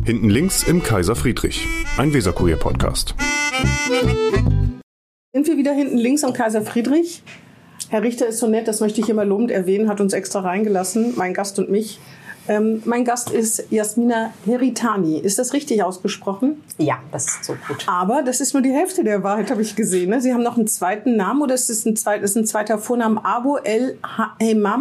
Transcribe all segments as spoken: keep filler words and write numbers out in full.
Hinten links im Kaiser Friedrich, ein Weserkurier-Podcast. Sind wir wieder hinten links am Kaiser Friedrich? Herr Richter ist so nett, das möchte ich immer lobend erwähnen, hat uns extra reingelassen, mein Gast und mich. Ähm, mein Gast ist Jasmina Heritani. Ist das richtig ausgesprochen? Ja, das ist so gut. Aber das ist nur die Hälfte der Wahrheit, habe ich gesehen. Ne? Sie haben noch einen zweiten Namen oder ist es ein, zweit, ist ein zweiter Vorname? Abu El Hemam?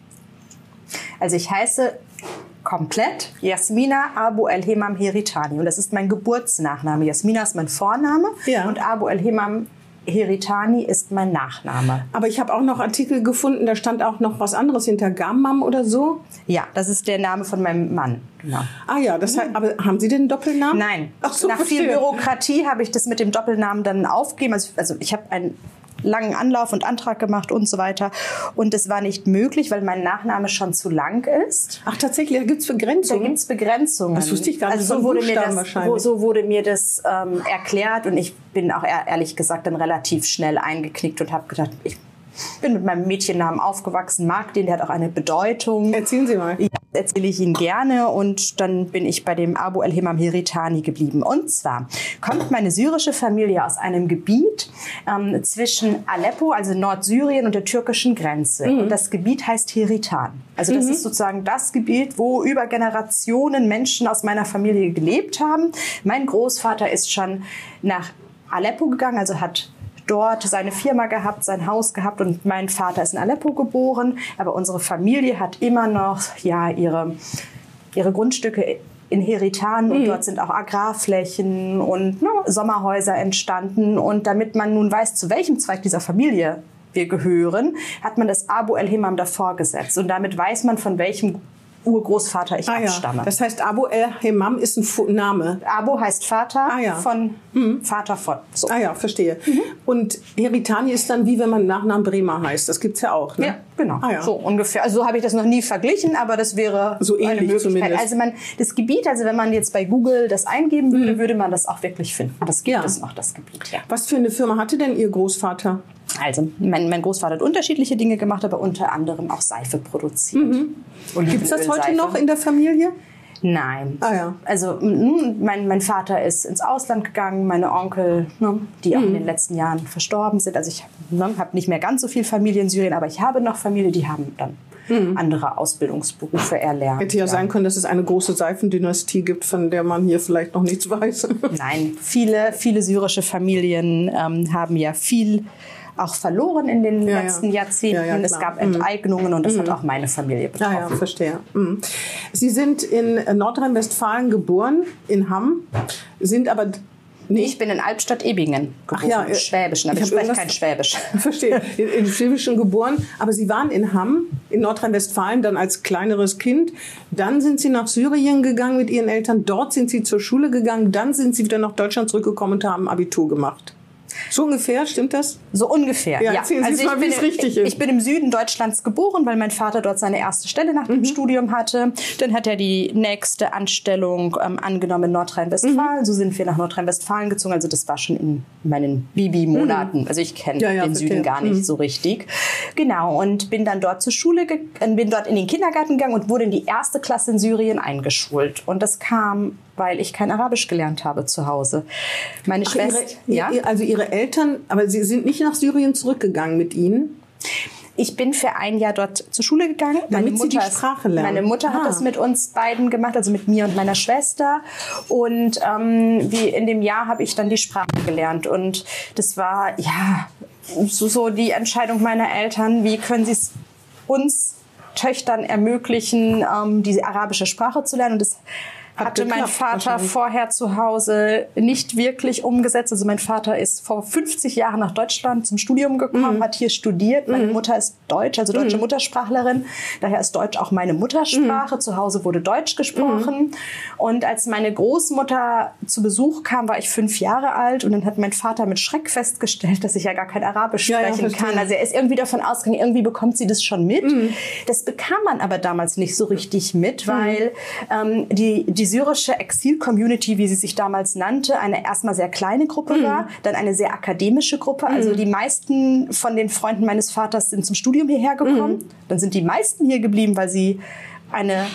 Also ich heiße komplett Jasmina Abu El Hemam Heritani. Und das ist mein Geburtsnachname. Jasmina ist mein Vorname ja. und Abu El Hemam Heritani ist mein Nachname. Aber ich habe auch noch Artikel gefunden, da stand auch noch was anderes hinter, Gammam oder so. Ja, das ist der Name von meinem Mann. Genau. Ah ja, das heißt, aber haben Sie den einen Doppelnamen? Nein. Ach so, Nach verstehe. viel Bürokratie habe ich das mit dem Doppelnamen dann aufgegeben. Also, also ich habe einen langen Anlauf und Antrag gemacht und so weiter. Und das war nicht möglich, weil mein Nachname schon zu lang ist. Ach tatsächlich, da gibt es Begrenzungen? Da gibt es Begrenzungen. Das wusste ich gar nicht. Also so wurde, mir das, wahrscheinlich. so wurde mir das ähm, erklärt und ich bin auch ehrlich gesagt dann relativ schnell eingeknickt und habe gedacht, ich bin mit meinem Mädchennamen aufgewachsen, mag den, der hat auch eine Bedeutung. Erzählen Sie mal. Ja, erzähle ich Ihnen gerne und dann bin ich bei dem Abu El Hemam Heritani geblieben. Und zwar kommt meine syrische Familie aus einem Gebiet ähm, zwischen Aleppo, also Nordsyrien und der türkischen Grenze. Mhm. Und das Gebiet heißt Heritan. Also das mhm. ist sozusagen das Gebiet, wo über Generationen Menschen aus meiner Familie gelebt haben. Mein Großvater ist schon nach Aleppo gegangen, also hat dort seine Firma gehabt, sein Haus gehabt und mein Vater ist in Aleppo geboren. Aber unsere Familie hat immer noch ja, ihre, ihre Grundstücke in Heritan und mhm. dort sind auch Agrarflächen und ne, Sommerhäuser entstanden. Und damit man nun weiß, zu welchem Zweig dieser Familie wir gehören, hat man das Abu El Hemam davor gesetzt. Und damit weiß man, von welchem Urgroßvater ich ah, abstamme. Ja. Das heißt, Abu El Hemam ist ein Name. Abu heißt Vater ah, ja. von mhm. Vater von. So. Ah ja, verstehe. Mhm. Und Heritani ist dann wie wenn man Nachnamen Bremer heißt. Das gibt's ja auch, ne? Ja, genau. Ah, ja. So ungefähr. Also so habe ich das noch nie verglichen, aber das wäre so ähnlich eine Möglichkeit. Zumindest. Also man, das Gebiet, also wenn man jetzt bei Google das eingeben würde, mhm. würde man das auch wirklich finden. Das gibt ja. es noch, das Gebiet. Ja. Was für eine Firma hatte denn Ihr Großvater? Also, mein, mein Großvater hat unterschiedliche Dinge gemacht, aber unter anderem auch Seife produziert. Mhm. Gibt es das heute noch in der Familie? Nein. Ah, ja. Also mein, mein Vater ist ins Ausland gegangen, meine Onkel, ne, die auch mhm. in den letzten Jahren verstorben sind. Also ich ne, habe nicht mehr ganz so viel Familie in Syrien, aber ich habe noch Familie, die haben dann mhm. andere Ausbildungsberufe erlernt. Hätte ja, ja sein können, dass es eine große Seifendynastie gibt, von der man hier vielleicht noch nichts weiß. Nein, viele, viele syrische Familien ähm, haben ja viel auch verloren in den ja, letzten ja. Jahrzehnten. Ja, ja, es gab Enteignungen und das mhm. hat auch meine Familie betroffen. Ja, ja, verstehe. Mhm. Sie sind in Nordrhein-Westfalen geboren, in Hamm, sind aber... Nee. Ich bin in Albstadt-Ebingen geboren, Ach ja, im Schwäbischen, aber ich, ich spreche kein Schwäbisch. Verstehe, im Schwäbischen geboren, aber Sie waren in Hamm, in Nordrhein-Westfalen, dann als kleineres Kind. Dann sind Sie nach Syrien gegangen mit Ihren Eltern, dort sind Sie zur Schule gegangen, dann sind Sie wieder nach Deutschland zurückgekommen und haben Abitur gemacht. So ungefähr, stimmt das? So ungefähr, ja. ja. Erzählen Sie also mal, wie es richtig ist. Ich bin im Süden Deutschlands geboren, weil mein Vater dort seine erste Stelle nach dem mhm. Studium hatte. Dann hat er die nächste Anstellung ähm, angenommen in Nordrhein-Westfalen. Mhm. So sind wir nach Nordrhein-Westfalen gezogen. Also das war schon in meinen Babymonaten. Mhm. Also ich kenne ja, ja, den verstehe. Süden gar nicht mhm. so richtig. Genau, und bin dann dort zur Schule, ge- bin dort in den Kindergarten gegangen und wurde in die erste Klasse in Syrien eingeschult. Und das kam, weil ich kein Arabisch gelernt habe zu Hause. Meine Ach, Schwester, ihre, ja? Also Ihre Eltern, aber Sie sind nicht nach Syrien zurückgegangen mit Ihnen? Ich bin für ein Jahr dort zur Schule gegangen. Damit meine Sie Mutter die Sprache lernen. Meine Mutter ah. hat das mit uns beiden gemacht, also mit mir und meiner Schwester. Und ähm, wie in dem Jahr habe ich dann die Sprache gelernt. Und das war ja so, so die Entscheidung meiner Eltern, wie können sie es uns Töchtern ermöglichen, ähm, die arabische Sprache zu lernen. Und das hatte mein Vater vorher zu Hause nicht wirklich umgesetzt. Also mein Vater ist vor fünfzig Jahren nach Deutschland zum Studium gekommen, mm. hat hier studiert. Meine mm. Mutter ist Deutsch, also deutsche mm. Muttersprachlerin. Daher ist Deutsch auch meine Muttersprache. Mm. Zu Hause wurde Deutsch gesprochen. Mm. Und als meine Großmutter zu Besuch kam, war ich fünf Jahre alt. Und dann hat mein Vater mit Schreck festgestellt, dass ich ja gar kein Arabisch ja, sprechen ja, kann. Also er ist irgendwie davon ausgegangen, irgendwie bekommt sie das schon mit. Mm. Das bekam man aber damals nicht so richtig mit, weil mm. ähm, die, die syrische Exil-Community, wie sie sich damals nannte, eine erstmal sehr kleine Gruppe mhm. war, dann eine sehr akademische Gruppe. Also mhm. die meisten von den Freunden meines Vaters sind zum Studium hierher gekommen. Mhm. Dann sind die meisten hier geblieben, weil sie eine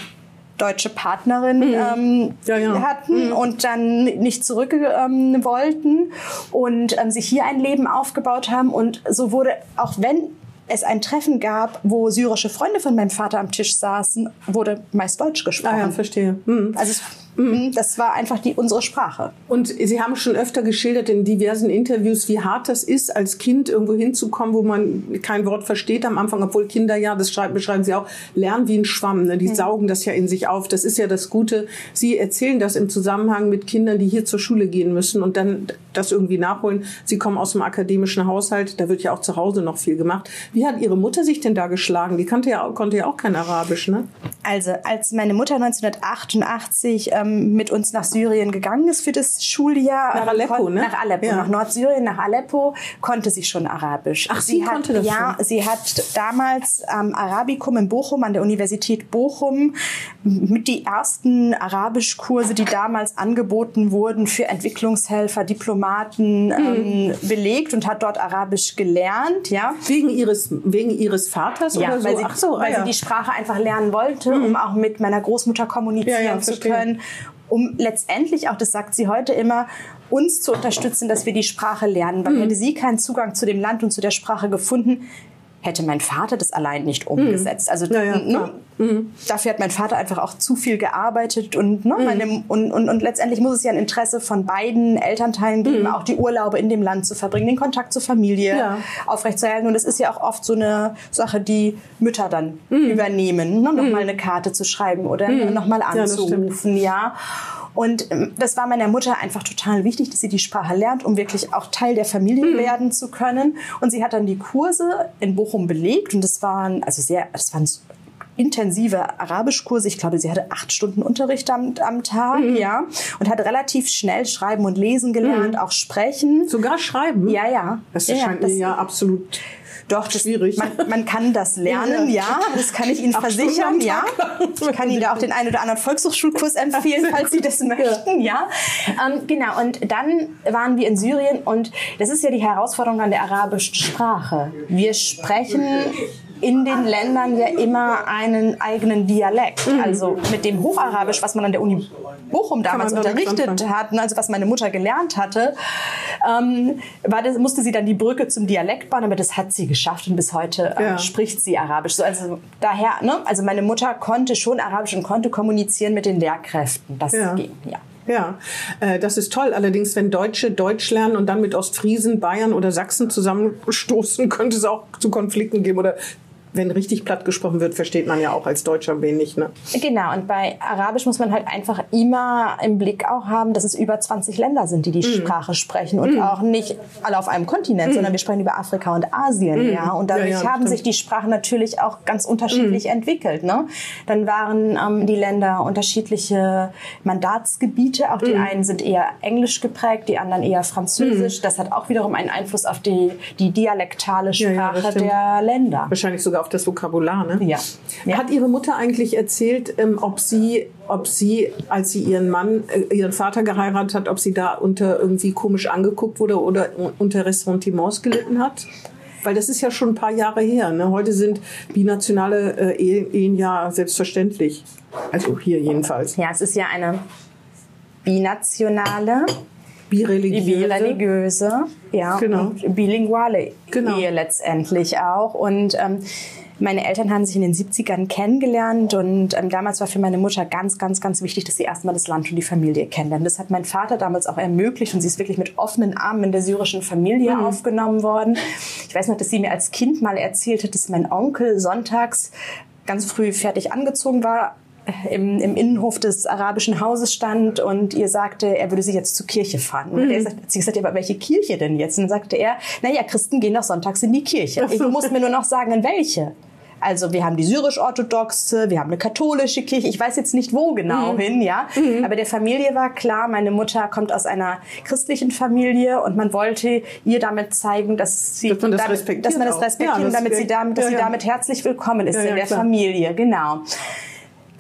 deutsche Partnerin mhm. ähm, ja, ja. hatten mhm. und dann nicht zurück ähm, wollten und ähm, sich hier ein Leben aufgebaut haben. Und so wurde, auch wenn es ein Treffen gab, wo syrische Freunde von meinem Vater am Tisch saßen, wurde meist Deutsch gesprochen. Ah ja, verstehe. Mhm. Also es, mhm. das war einfach die, unsere Sprache. Und Sie haben schon öfter geschildert in diversen Interviews, wie hart das ist, als Kind irgendwo hinzukommen, wo man kein Wort versteht am Anfang, obwohl Kinder ja, das schreiben, beschreiben Sie auch, lernen wie ein Schwamm. Ne? Die mhm. saugen das ja in sich auf. Das ist ja das Gute. Sie erzählen das im Zusammenhang mit Kindern, die hier zur Schule gehen müssen und dann das irgendwie nachholen. Sie kommen aus einem akademischen Haushalt, da wird ja auch zu Hause noch viel gemacht. Wie hat Ihre Mutter sich denn da geschlagen? Die kannte ja, konnte ja auch kein Arabisch, ne? Also, als meine Mutter neunzehnhundertachtundachtzig ähm, mit uns nach Syrien gegangen ist für das Schuljahr. Nach Aleppo, ne? Nach Aleppo, ja. nach Nordsyrien, nach Aleppo, konnte sie schon Arabisch. Ach, sie, sie konnte hat, das ja, schon? Sie hat damals am ähm, Arabikum in Bochum, an der Universität Bochum, mit die ersten Arabischkurse, die damals angeboten wurden für Entwicklungshelfer, Diplomaten, mhm. ähm, belegt und hat dort Arabisch gelernt, ja. Wegen ihres, wegen ihres Vaters ja, oder so? Weil sie, Ach so, weil ah, ja. sie die Sprache einfach lernen wollte, mhm. um auch mit meiner Großmutter kommunizieren ja, ja, zu verstehe. können, um letztendlich, auch das sagt sie heute immer, uns zu unterstützen, dass wir die Sprache lernen. Weil mhm. hätte sie keinen Zugang zu dem Land und zu der Sprache gefunden, hätte mein Vater das allein nicht umgesetzt. Also ja, ja, ne, mhm. dafür hat mein Vater einfach auch zu viel gearbeitet und, ne, mhm. meine, und, und, und letztendlich muss es ja ein Interesse von beiden Elternteilen geben, mhm. auch die Urlaube in dem Land zu verbringen, den Kontakt zur Familie ja. aufrechtzuerhalten. Und das ist ja auch oft so eine Sache, die Mütter dann mhm. übernehmen, ne, nochmal eine Karte zu schreiben oder mhm. nochmal anzurufen, ja. ja. Und das war meiner Mutter einfach total wichtig, dass sie die Sprache lernt, um wirklich auch Teil der Familie mhm. werden zu können. Und sie hat dann die Kurse in Bochum belegt und das waren also sehr, das waren intensive Arabischkurse. Ich glaube, sie hatte acht Stunden Unterricht am, am Tag, mhm. ja, und hat relativ schnell schreiben und lesen gelernt, mhm. auch sprechen. Sogar schreiben? Ja, ja. Das ja, scheint das, mir ja absolut Doch, das, schwierig. Man, man kann das lernen, ja, ja, das kann ich Ihnen versichern, ja. Ich kann Ihnen da auch den einen oder anderen Volkshochschulkurs empfehlen, falls Sie das möchten, ja. Ähm, genau, und dann waren wir in Syrien und das ist ja die Herausforderung an der arabischen Sprache. Wir sprechen in den Ländern ja immer einen eigenen Dialekt. Mhm. Also mit dem Hocharabisch, was man an der Uni Bochum damals unterrichtet hat, also was meine Mutter gelernt hatte, ähm, war das, musste sie dann die Brücke zum Dialekt bauen, aber das hat sie geschafft und bis heute äh, ja. spricht sie Arabisch. So, also daher, ne? Also meine Mutter konnte schon Arabisch und konnte kommunizieren mit den Lehrkräften. Das ja. ging, ja. Ja, äh, das ist toll. Allerdings, wenn Deutsche Deutsch lernen und dann mit Ostfriesen, Bayern oder Sachsen zusammenstoßen, könnte es auch zu Konflikten geben. Oder wenn richtig platt gesprochen wird, versteht man ja auch als Deutscher wenig. Ne? Genau, und bei Arabisch muss man halt einfach immer im Blick auch haben, dass es über zwanzig Länder sind, die die mm. Sprache sprechen. Und mm. auch nicht alle auf einem Kontinent, mm. sondern wir sprechen über Afrika und Asien. Mm. Ja? Und dadurch ja, ja, haben stimmt. sich die Sprachen natürlich auch ganz unterschiedlich mm. entwickelt. Ne? Dann waren ähm, die Länder unterschiedliche Mandatsgebiete. Auch die mm. einen sind eher englisch geprägt, die anderen eher französisch. Mm. Das hat auch wiederum einen Einfluss auf die, die dialektale Sprache ja, ja, der Länder. Wahrscheinlich sogar auf das Vokabular, ne? Ja. ja. Hat Ihre Mutter eigentlich erzählt, ähm, ob sie, ob sie, als sie ihren Mann, äh, ihren Vater geheiratet hat, ob sie da unter irgendwie komisch angeguckt wurde oder unter Ressentiments gelitten hat? Weil das ist ja schon ein paar Jahre her. Ne? Heute sind binationale äh, Ehen ja selbstverständlich. Also hier jedenfalls. Ja, es ist ja eine binationale, bireligiöse, bireligiöse ja, genau. und bilinguale genau. Ehe letztendlich auch. Und ähm, meine Eltern haben sich in den siebzigern kennengelernt und ähm, damals war für meine Mutter ganz, ganz, ganz wichtig, dass sie erstmal das Land und die Familie kennenlernen. Das hat mein Vater damals auch ermöglicht und sie ist wirklich mit offenen Armen in der syrischen Familie mhm. aufgenommen worden. Ich weiß noch, dass sie mir als Kind mal erzählt hat, dass mein Onkel sonntags ganz früh fertig angezogen war, Im, im Innenhof des arabischen Hauses stand und ihr sagte, er würde sie jetzt zur Kirche fahren. Und mhm. er hat sie gesagt, aber welche Kirche denn jetzt? Und dann sagte er, naja, Christen gehen doch sonntags in die Kirche. Ich muss mir nur noch sagen, in welche. Also wir haben die syrisch-orthodoxe, wir haben eine katholische Kirche, ich weiß jetzt nicht wo genau mhm. hin, ja. Mhm. Aber der Familie war klar, meine Mutter kommt aus einer christlichen Familie und man wollte ihr damit zeigen, dass sie, dass man das damit, respektiert, dass man das respektiert ja, und damit sie damit, dass ja, sie ja. damit herzlich willkommen ist ja, in ja, der klar. Familie, genau.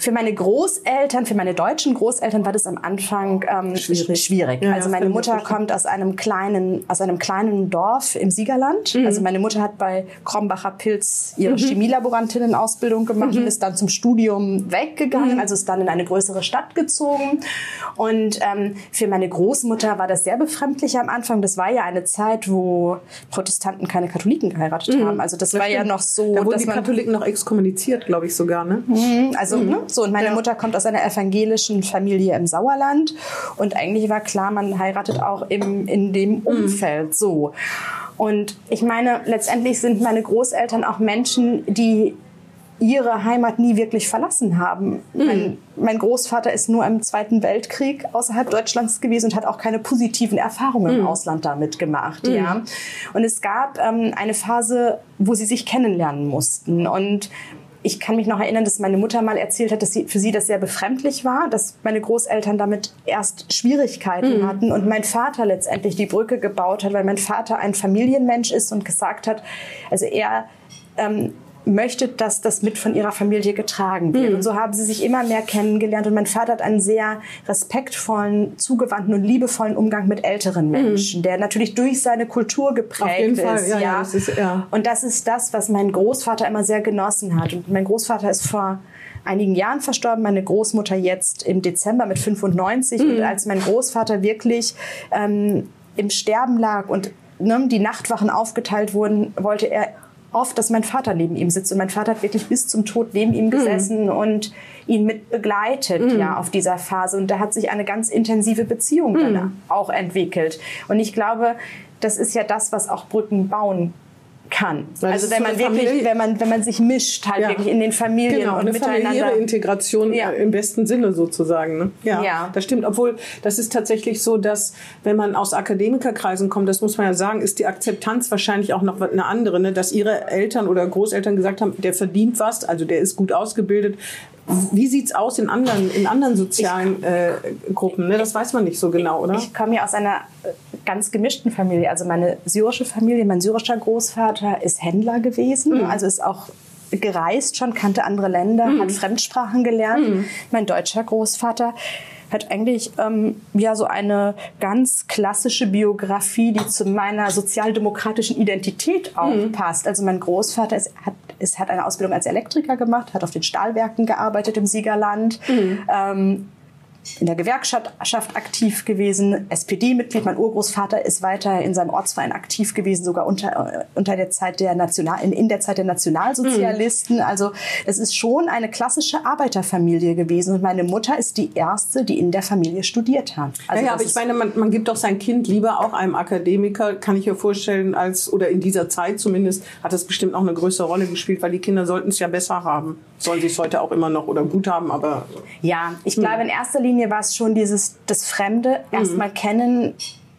Für meine Großeltern, für meine deutschen Großeltern war das am Anfang ähm, schwierig. schwierig. Ja, also ja, meine Mutter kommt aus einem kleinen, aus einem kleinen Dorf im Siegerland. Mhm. Also meine Mutter hat bei Krombacher Pilz ihre mhm. Chemielaborantinnenausbildung gemacht mhm. und ist dann zum Studium weggegangen, mhm. also ist dann in eine größere Stadt gezogen. Und ähm, für meine Großmutter war das sehr befremdlich am Anfang. Das war ja eine Zeit, wo Protestanten keine Katholiken geheiratet mhm. haben. Also das, das war stimmt. ja noch so, da wurden dass die man Katholiken noch exkommuniziert, glaube ich sogar, ne? Mhm. Also mhm. ne? so und meine ja. Mutter kommt aus einer evangelischen Familie im Sauerland und eigentlich war klar, man heiratet auch im in dem Umfeld mhm. so. Und ich meine, letztendlich sind meine Großeltern auch Menschen, die ihre Heimat nie wirklich verlassen haben. Mhm. Mein, mein Großvater ist nur im Zweiten Weltkrieg außerhalb Deutschlands gewesen und hat auch keine positiven Erfahrungen mhm. im Ausland damit gemacht. Mhm. Ja. Und es gab ähm, eine Phase, wo sie sich kennenlernen mussten. Und ich kann mich noch erinnern, dass meine Mutter mal erzählt hat, dass sie, für sie das sehr befremdlich war, dass meine Großeltern damit erst Schwierigkeiten mhm. hatten und mein Vater letztendlich die Brücke gebaut hat, weil mein Vater ein Familienmensch ist und gesagt hat, also er ähm, möchte, dass das mit von ihrer Familie getragen wird. Mhm. Und so haben sie sich immer mehr kennengelernt. Und mein Vater hat einen sehr respektvollen, zugewandten und liebevollen Umgang mit älteren Menschen, mhm. der natürlich durch seine Kultur geprägt Auf jeden ist. Fall. Ja, ja. Ja, das ist, ja. Und das ist das, was mein Großvater immer sehr genossen hat. Und mein Großvater ist vor einigen Jahren verstorben, meine Großmutter jetzt im Dezember mit fünfundneunzig. Mhm. Und als mein Großvater wirklich ähm, im Sterben lag und ne, die Nachtwachen aufgeteilt wurden, wollte er oft, dass mein Vater neben ihm sitzt. Und mein Vater hat wirklich bis zum Tod neben ihm gesessen mm. und ihn mit begleitet, mm. ja, auf dieser Phase. Und da hat sich eine ganz intensive Beziehung mm. dann auch entwickelt. Und ich glaube, das ist ja das, was auch Brücken bauen kann. Weil also wenn man so wirklich, Familie, wenn man, wenn man sich mischt, halt ja. wirklich in den Familien genau, und eine miteinander. Familiäre Integration ja. im besten Sinne sozusagen. Ne? Ja, ja, das stimmt. Obwohl, das ist tatsächlich so, dass wenn man aus Akademikerkreisen kommt, das muss man ja sagen, ist die Akzeptanz wahrscheinlich auch noch eine andere, ne? Dass ihre Eltern oder Großeltern gesagt haben, der verdient was, also der ist gut ausgebildet. Wie sieht's aus in anderen, in anderen sozialen ich, äh, Gruppen? Ne? Das weiß man nicht so genau, oder? Ich komme ja aus einer ganz gemischten Familie. Also meine syrische Familie, mein syrischer Großvater ist Händler gewesen, mhm. also ist auch gereist schon, kannte andere Länder, mhm. hat Fremdsprachen gelernt. Mhm. Mein deutscher Großvater hat eigentlich ähm, ja so eine ganz klassische Biografie, die zu meiner sozialdemokratischen Identität auch mhm. passt. Also mein Großvater ist, hat, ist, hat eine Ausbildung als Elektriker gemacht, hat auf den Stahlwerken gearbeitet im Siegerland, mhm. ähm, in der Gewerkschaft aktiv gewesen, S P D-Mitglied. Mein Urgroßvater ist weiter in seinem Ortsverein aktiv gewesen, sogar unter, unter der Zeit der National, in, in der Zeit der Nationalsozialisten. Mhm. Also es ist schon eine klassische Arbeiterfamilie gewesen. Und meine Mutter ist die erste, die in der Familie studiert hat. Also ja, ja aber ich meine, man, man gibt doch sein Kind lieber auch einem Akademiker, kann ich mir vorstellen, als, oder in dieser Zeit zumindest, hat das bestimmt auch eine größere Rolle gespielt, weil die Kinder sollten es ja besser haben. Sollen sie es heute auch immer noch oder gut haben, aber... Ja, ich glaube, hm. in erster Linie war es schon dieses, das Fremde erstmal mhm. kennen.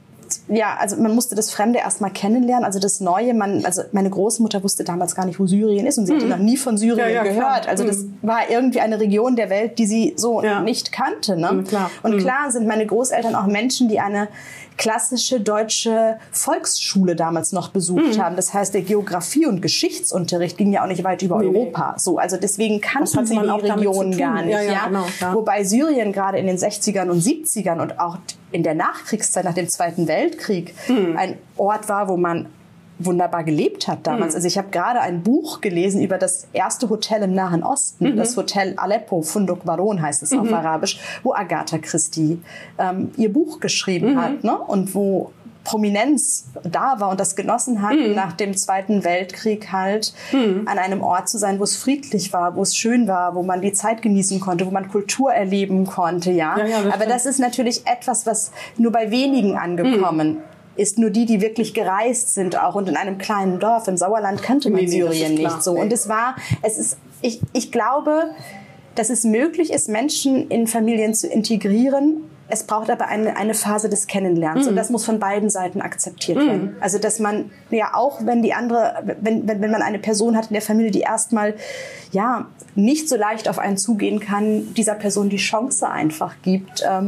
Ja, also man musste das Fremde erstmal kennenlernen, also das Neue. Man, also meine Großmutter wusste damals gar nicht, wo Syrien ist und sie mhm. hatte noch nie von Syrien ja, ja, gehört. Klar. Also das mhm. war irgendwie eine Region der Welt, die sie so ja. nicht kannte. Ne? Mhm, klar. Und mhm. klar sind meine Großeltern auch Menschen, die eine klassische deutsche Volksschule damals noch besucht mhm. haben. Das heißt, der Geografie- und Geschichtsunterricht ging ja auch nicht weit über nee, Europa. So, also deswegen kannten sie die Region gar nicht. Ja, ja, ja? Genau, ja. Wobei Syrien gerade in den sechzigern und siebzigern und auch in der Nachkriegszeit nach dem Zweiten Weltkrieg mhm. ein Ort war, wo man wunderbar gelebt hat damals. Mhm. Also ich habe gerade ein Buch gelesen über das erste Hotel im Nahen Osten, mhm. das Hotel Aleppo, Funduk Baron heißt es mhm. auf Arabisch, wo Agatha Christie ähm, ihr Buch geschrieben mhm. hat, ne? Und wo Prominenz da war und das genossen hat, mhm. nach dem Zweiten Weltkrieg halt mhm. an einem Ort zu sein, wo es friedlich war, wo es schön war, wo man die Zeit genießen konnte, wo man Kultur erleben konnte, ja. ja, ja das Aber das ist natürlich etwas, was nur bei wenigen angekommen mhm. ist. Nur die, die wirklich gereist sind auch und in einem kleinen Dorf im Sauerland kannte man nee, Syrien nee, nicht so. Und es war, es ist, ich, ich glaube, dass es möglich ist, Menschen in Familien zu integrieren. Es braucht aber eine, eine Phase des Kennenlernens. Mm. Und das muss von beiden Seiten akzeptiert mm. werden. Also, dass man ja auch, wenn die andere, wenn, wenn, wenn man eine Person hat in der Familie, die erstmal, ja, nicht so leicht auf einen zugehen kann, dieser Person die Chance einfach gibt, ähm,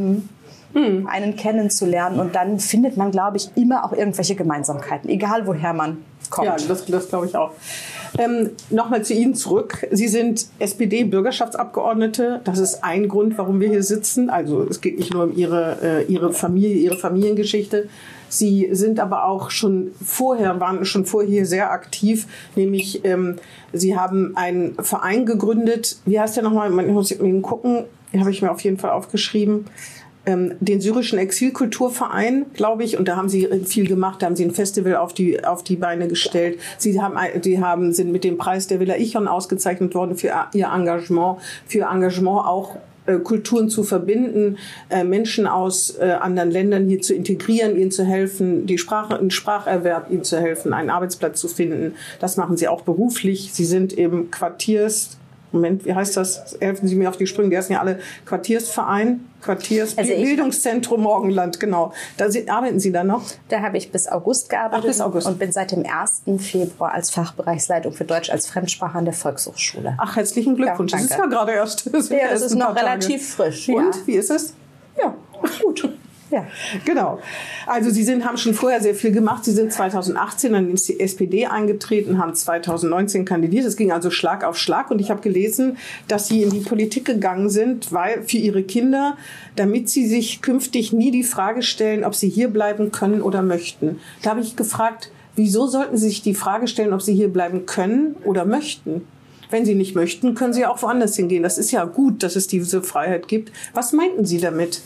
hm. einen kennenzulernen. Und dann findet man, glaube ich, immer auch irgendwelche Gemeinsamkeiten, egal woher man kommt. Ja, das, das glaube ich auch. Ähm, Nochmal zu Ihnen zurück. Sie sind S P D-Bürgerschaftsabgeordnete. Das ist ein Grund, warum wir hier sitzen. Also es geht nicht nur um Ihre, äh, Ihre Familie, Ihre Familiengeschichte. Sie sind aber auch schon vorher, waren schon vorher sehr aktiv, nämlich ähm, Sie haben einen Verein gegründet. Wie heißt der nochmal? Ich muss eben gucken. Den habe ich mir auf jeden Fall aufgeschrieben. Ähm, den syrischen Exilkulturverein, glaube ich, und da haben Sie viel gemacht, da haben Sie ein Festival auf die auf die Beine gestellt. Sie haben, die haben sind mit dem Preis der Villa Ichon ausgezeichnet worden für Ihr Engagement, für Engagement auch äh, Kulturen zu verbinden, äh, Menschen aus äh, anderen Ländern hier zu integrieren, ihnen zu helfen, die Sprache, den Spracherwerb ihnen zu helfen, einen Arbeitsplatz zu finden. Das machen Sie auch beruflich. Sie sind eben Quartiers Moment, wie heißt das? Helfen Sie mir auf die Sprünge. Die heißen ja alle Quartiersverein, Quartiersbildungszentrum also Morgenland, genau. Da sind, arbeiten Sie da noch? Da habe ich bis August gearbeitet. Ach, bis August. Und bin seit dem ersten Februar als Fachbereichsleitung für Deutsch als Fremdsprache an der Volkshochschule. Ach, herzlichen Glückwunsch. Ja, das ist ja gerade erst. Das ja, das ist noch relativ frisch. Und, ja. wie ist es? Ja, gut. Ja. Genau. Also Sie sind, haben schon vorher sehr viel gemacht. Sie sind zweitausendachtzehn dann in die S P D eingetreten, haben zweitausendneunzehn kandidiert. Es ging also Schlag auf Schlag. Und ich habe gelesen, dass Sie in die Politik gegangen sind, weil für Ihre Kinder, damit sie sich künftig nie die Frage stellen, ob sie hier bleiben können oder möchten. Da habe ich gefragt, wieso sollten Sie sich die Frage stellen, ob Sie hier bleiben können oder möchten? Wenn Sie nicht möchten, können Sie auch woanders hingehen. Das ist ja gut, dass es diese Freiheit gibt. Was meinten Sie damit?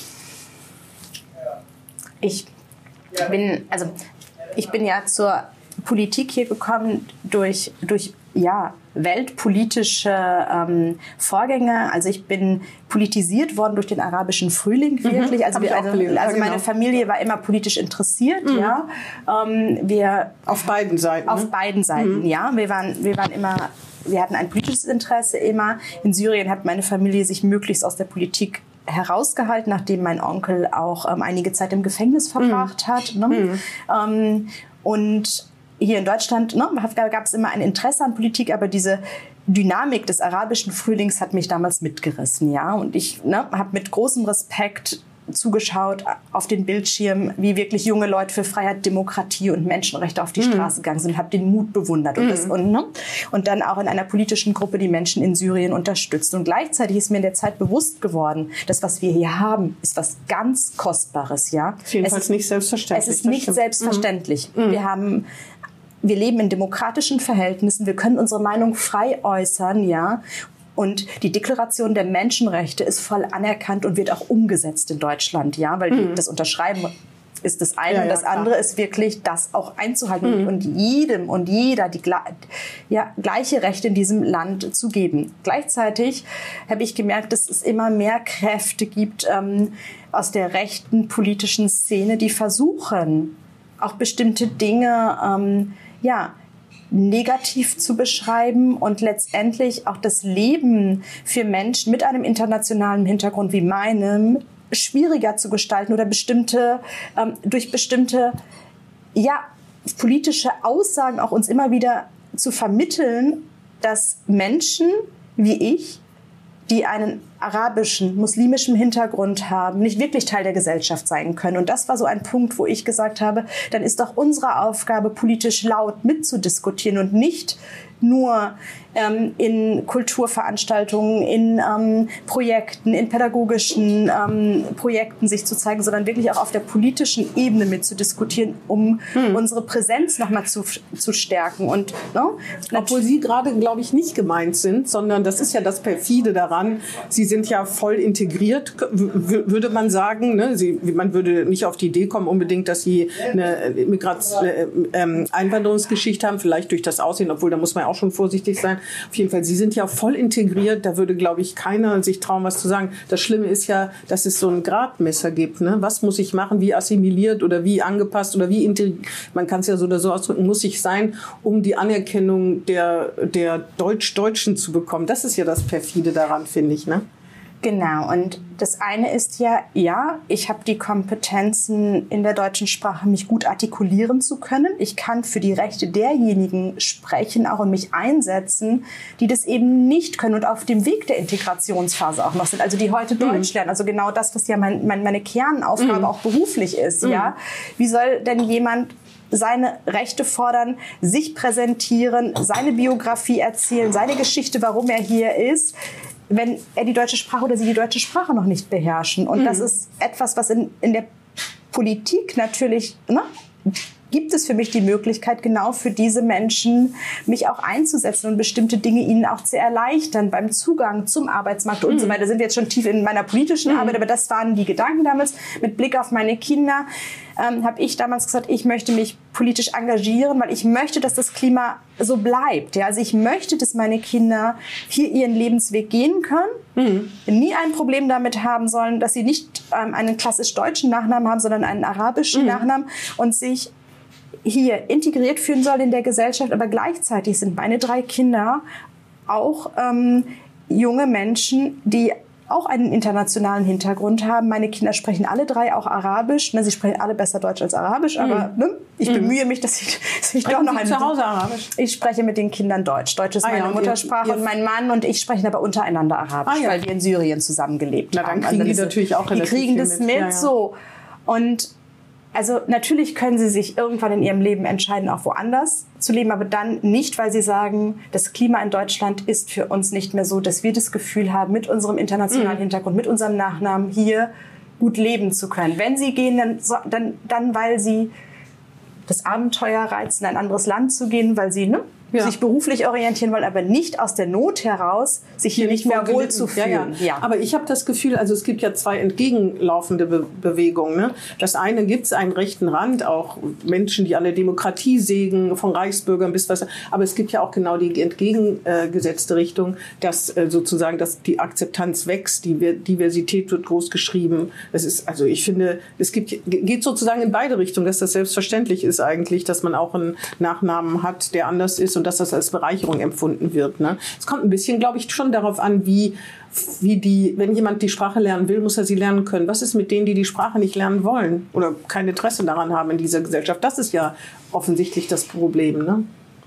Ich bin, also ich bin ja zur Politik hier gekommen durch, durch ja, weltpolitische ähm, Vorgänge. Also ich bin politisiert worden durch den arabischen Frühling, wirklich. Mhm, also wir, also, also ja, genau. Meine Familie war immer politisch interessiert. Mhm. Ja. Ähm, wir, auf beiden Seiten? Auf ne? beiden Seiten, mhm. ja. Wir waren, wir waren immer, wir hatten ein politisches Interesse immer. In Syrien hat meine Familie sich möglichst aus der Politik herausgehalten, nachdem mein Onkel auch ähm, einige Zeit im Gefängnis verbracht mhm. hat. Ne? Mhm. Ähm, und hier in Deutschland ne, gab es immer ein Interesse an Politik, aber diese Dynamik des arabischen Frühlings hat mich damals mitgerissen. Ja? Und ich ne, habe mit großem Respekt zugeschaut auf den Bildschirm, wie wirklich junge Leute für Freiheit, Demokratie und Menschenrechte auf die mhm. Straße gegangen sind, habe den Mut bewundert und, mhm. das, und, ne? und dann auch in einer politischen Gruppe die Menschen in Syrien unterstützt. Und gleichzeitig ist mir in der Zeit bewusst geworden, dass was wir hier haben, ist was ganz Kostbares. Ja? Jedenfalls es ist nicht selbstverständlich. Es ist nicht selbstverständlich. Mhm. Wir haben Wir leben in demokratischen Verhältnissen. Wir können unsere Meinung frei äußern, ja. Und die Deklaration der Menschenrechte ist voll anerkannt und wird auch umgesetzt in Deutschland, ja, weil mhm. das Unterschreiben ist das eine, ja, und das ja, andere ist wirklich, das auch einzuhalten mhm. und jedem und jeder die ja, gleiche Rechte in diesem Land zu geben. Gleichzeitig habe ich gemerkt, dass es immer mehr Kräfte gibt ähm, aus der rechten politischen Szene, die versuchen, auch bestimmte Dinge, ähm, ja, negativ zu beschreiben und letztendlich auch das Leben für Menschen mit einem internationalen Hintergrund wie meinem schwieriger zu gestalten oder bestimmte, ähm, durch bestimmte, ja, politische Aussagen auch uns immer wieder zu vermitteln, dass Menschen wie ich, die einen arabischen, muslimischen Hintergrund haben, nicht wirklich Teil der Gesellschaft sein können. Und das war so ein Punkt, wo ich gesagt habe, dann ist doch unsere Aufgabe, politisch laut mitzudiskutieren und nicht nur ähm, in Kulturveranstaltungen, in ähm, Projekten, in pädagogischen ähm, Projekten sich zu zeigen, sondern wirklich auch auf der politischen Ebene mitzudiskutieren, um hm. unsere Präsenz nochmal zu, zu stärken. Und, ne? Obwohl Sie gerade, glaube ich, nicht gemeint sind, sondern das ist ja das Perfide daran. Sie sind ja voll integriert, würde man sagen. Ne? Sie, man würde nicht auf die Idee kommen, unbedingt, dass Sie eine Migrats- äh, ähm, Einwanderungsgeschichte haben, vielleicht durch das Aussehen, obwohl da muss man ja auch schon vorsichtig sein. Auf jeden Fall, Sie sind ja voll integriert, da würde, glaube ich, keiner sich trauen, was zu sagen. Das Schlimme ist ja, dass es so ein Gradmesser gibt. Ne? Was muss ich machen, wie assimiliert oder wie angepasst oder wie integriert, man kann es ja so oder so ausdrücken, muss ich sein, um die Anerkennung der, der Deutsch-Deutschen zu bekommen. Das ist ja das Perfide daran, finde ich. Ne? Genau, und das eine ist ja, ja, ich habe die Kompetenzen in der deutschen Sprache, mich gut artikulieren zu können. Ich kann für die Rechte derjenigen sprechen, auch und mich einsetzen, die das eben nicht können und auf dem Weg der Integrationsphase auch noch sind, also die heute mhm. Deutsch lernen. Also genau das, was ja mein, mein, meine Kernaufgabe mhm. auch beruflich ist. Mhm. Ja, wie soll denn jemand seine Rechte fordern, sich präsentieren, seine Biografie erzählen, seine Geschichte, warum er hier ist, wenn er die deutsche Sprache oder sie die deutsche Sprache noch nicht beherrschen. Und mhm. das ist etwas, was in, in der Politik natürlich, ne, gibt es für mich die Möglichkeit, genau für diese Menschen mich auch einzusetzen und bestimmte Dinge ihnen auch zu erleichtern beim Zugang zum Arbeitsmarkt und mhm. so weiter. Da sind wir jetzt schon tief in meiner politischen mhm. Arbeit, aber das waren die Gedanken damals. Mit Blick auf meine Kinder ähm, habe ich damals gesagt, ich möchte mich politisch engagieren, weil ich möchte, dass das Klima so bleibt. Ja? Also ich möchte, dass meine Kinder hier ihren Lebensweg gehen können, mhm. nie ein Problem damit haben sollen, dass sie nicht ähm, einen klassisch deutschen Nachnamen haben, sondern einen arabischen mhm. Nachnamen und sich hier integriert fühlen soll in der Gesellschaft, aber gleichzeitig sind meine drei Kinder auch ähm, junge Menschen, die auch einen internationalen Hintergrund haben. Meine Kinder sprechen alle drei auch Arabisch. Ne, sie sprechen alle besser Deutsch als Arabisch, aber mhm. ne, ich mhm. bemühe mich, dass ich, dass ich doch noch ein... zu Hause Arabisch? Ich spreche mit den Kindern Deutsch. Deutsch ist ah, meine ja, Muttersprache ihr, ihr und mein Mann und ich sprechen aber untereinander Arabisch, ah, ja. weil wir in Syrien zusammengelebt Na, haben. Dann kriegen also die natürlich auch relativ Die kriegen das mit, mit ja, ja. so. Und also natürlich können sie sich irgendwann in ihrem Leben entscheiden, auch woanders zu leben, aber dann nicht, weil sie sagen, das Klima in Deutschland ist für uns nicht mehr so, dass wir das Gefühl haben, mit unserem internationalen mhm. Hintergrund, mit unserem Nachnamen hier gut leben zu können. Wenn sie gehen, dann, dann, dann weil sie das Abenteuer reizen, in ein anderes Land zu gehen, weil sie ne, ja. sich beruflich orientieren wollen, aber nicht aus der Not heraus, sich hier, hier nicht mehr wohl zu fühlen. Ja, ja. Ja. Aber ich habe das Gefühl, also es gibt ja zwei entgegenlaufende Be- Bewegungen. Ne? Das eine gibt es einen rechten Rand, auch Menschen, die alle Demokratie sägen, von Reichsbürgern bis was. Aber es gibt ja auch genau die entgegengesetzte Richtung, dass äh, sozusagen dass die Akzeptanz wächst, die Diversität wird groß geschrieben. Das ist, also ich finde, es gibt, geht sozusagen in beide Richtungen, dass das selbstverständlich ist eigentlich, dass man auch einen Nachnamen hat, der anders ist und dass das als Bereicherung empfunden wird. Ne? Es kommt ein bisschen, glaube ich, schon darauf an, wie, wie die, wenn jemand die Sprache lernen will, muss er sie lernen können. Was ist mit denen, die die Sprache nicht lernen wollen oder kein Interesse daran haben in dieser Gesellschaft? Das ist ja offensichtlich das Problem. Ne?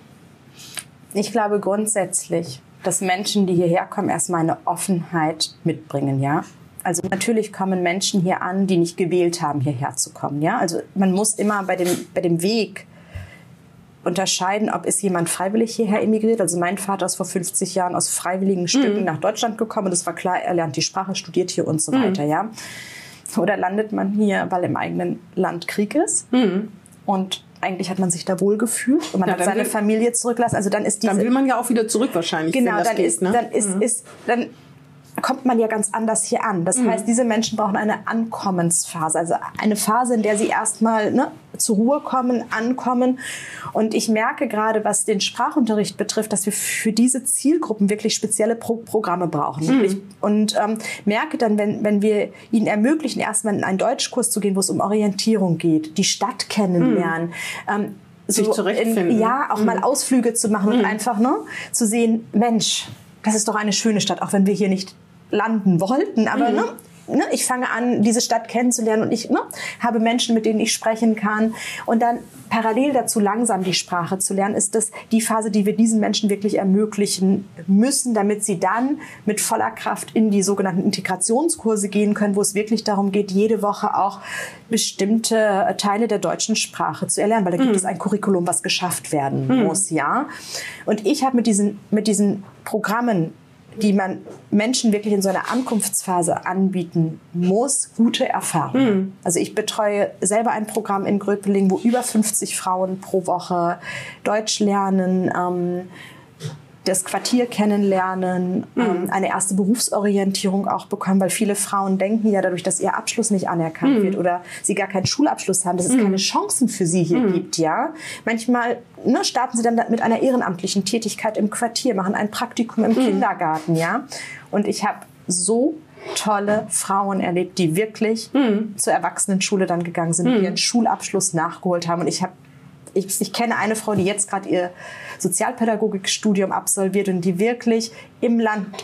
Ich glaube grundsätzlich, dass Menschen, die hierher kommen, erstmal eine Offenheit mitbringen, ja. Also natürlich kommen Menschen hier an, die nicht gewählt haben, hierher zu kommen, ja. Also man muss immer bei dem, bei dem Weg unterscheiden, ob ist jemand freiwillig hierher emigriert. Also mein Vater ist vor fünfzig Jahren aus freiwilligen Stücken mhm. nach Deutschland gekommen. Das war klar, er lernt die Sprache, studiert hier und so mhm. weiter, ja. Oder landet man hier, weil im eigenen Land Krieg ist mhm. und eigentlich hat man sich da wohl gefühlt und man ja, hat seine will, Familie zurückgelassen. Also dann ist diese, dann will man ja auch wieder zurück wahrscheinlich. Genau, wenn das dann geht, ist, ne? dann ist, mhm. ist, dann kommt man ja ganz anders hier an. Das mhm. heißt, diese Menschen brauchen eine Ankommensphase, also eine Phase, in der sie erstmal ne, zur Ruhe kommen, ankommen. Und ich merke gerade, was den Sprachunterricht betrifft, dass wir für diese Zielgruppen wirklich spezielle Pro- Programme brauchen. Mhm. Und ähm, merke dann, wenn, wenn wir ihnen ermöglichen, erstmal in einen Deutschkurs zu gehen, wo es um Orientierung geht, die Stadt kennenlernen, mhm. ähm, sich so zurechtfinden. In, ja, auch mhm. mal Ausflüge zu machen mhm. und einfach ne, zu sehen, Mensch, das ist doch eine schöne Stadt, auch wenn wir hier nicht landen wollten, aber mhm. ne, ne, ich fange an, diese Stadt kennenzulernen und ich ne, habe Menschen, mit denen ich sprechen kann und dann parallel dazu langsam die Sprache zu lernen, ist das die Phase, die wir diesen Menschen wirklich ermöglichen müssen, damit sie dann mit voller Kraft in die sogenannten Integrationskurse gehen können, wo es wirklich darum geht, jede Woche auch bestimmte Teile der deutschen Sprache zu erlernen, weil da gibt mhm. es ein Curriculum, was geschafft werden mhm. muss, ja. Und ich habe mit diesen, mit diesen Programmen, die man Menschen wirklich in so einer Ankunftsphase anbieten muss, gute Erfahrungen. Mhm. Also ich betreue selber ein Programm in Gröpeling, wo über fünfzig Frauen pro Woche Deutsch lernen, ähm, das Quartier kennenlernen, mhm. ähm, eine erste Berufsorientierung auch bekommen, weil viele Frauen denken ja dadurch, dass ihr Abschluss nicht anerkannt mhm. wird oder sie gar keinen Schulabschluss haben, dass es mhm. keine Chancen für sie hier mhm. gibt, ja. Manchmal ne, starten sie dann mit einer ehrenamtlichen Tätigkeit im Quartier, machen ein Praktikum im mhm. Kindergarten, ja. Und ich habe so tolle Frauen erlebt, die wirklich mhm. zur Erwachsenenschule dann gegangen sind, mhm. ihren Schulabschluss nachgeholt haben. Und ich habe Ich, ich kenne eine Frau, die jetzt gerade ihr Sozialpädagogikstudium absolviert und die wirklich im Land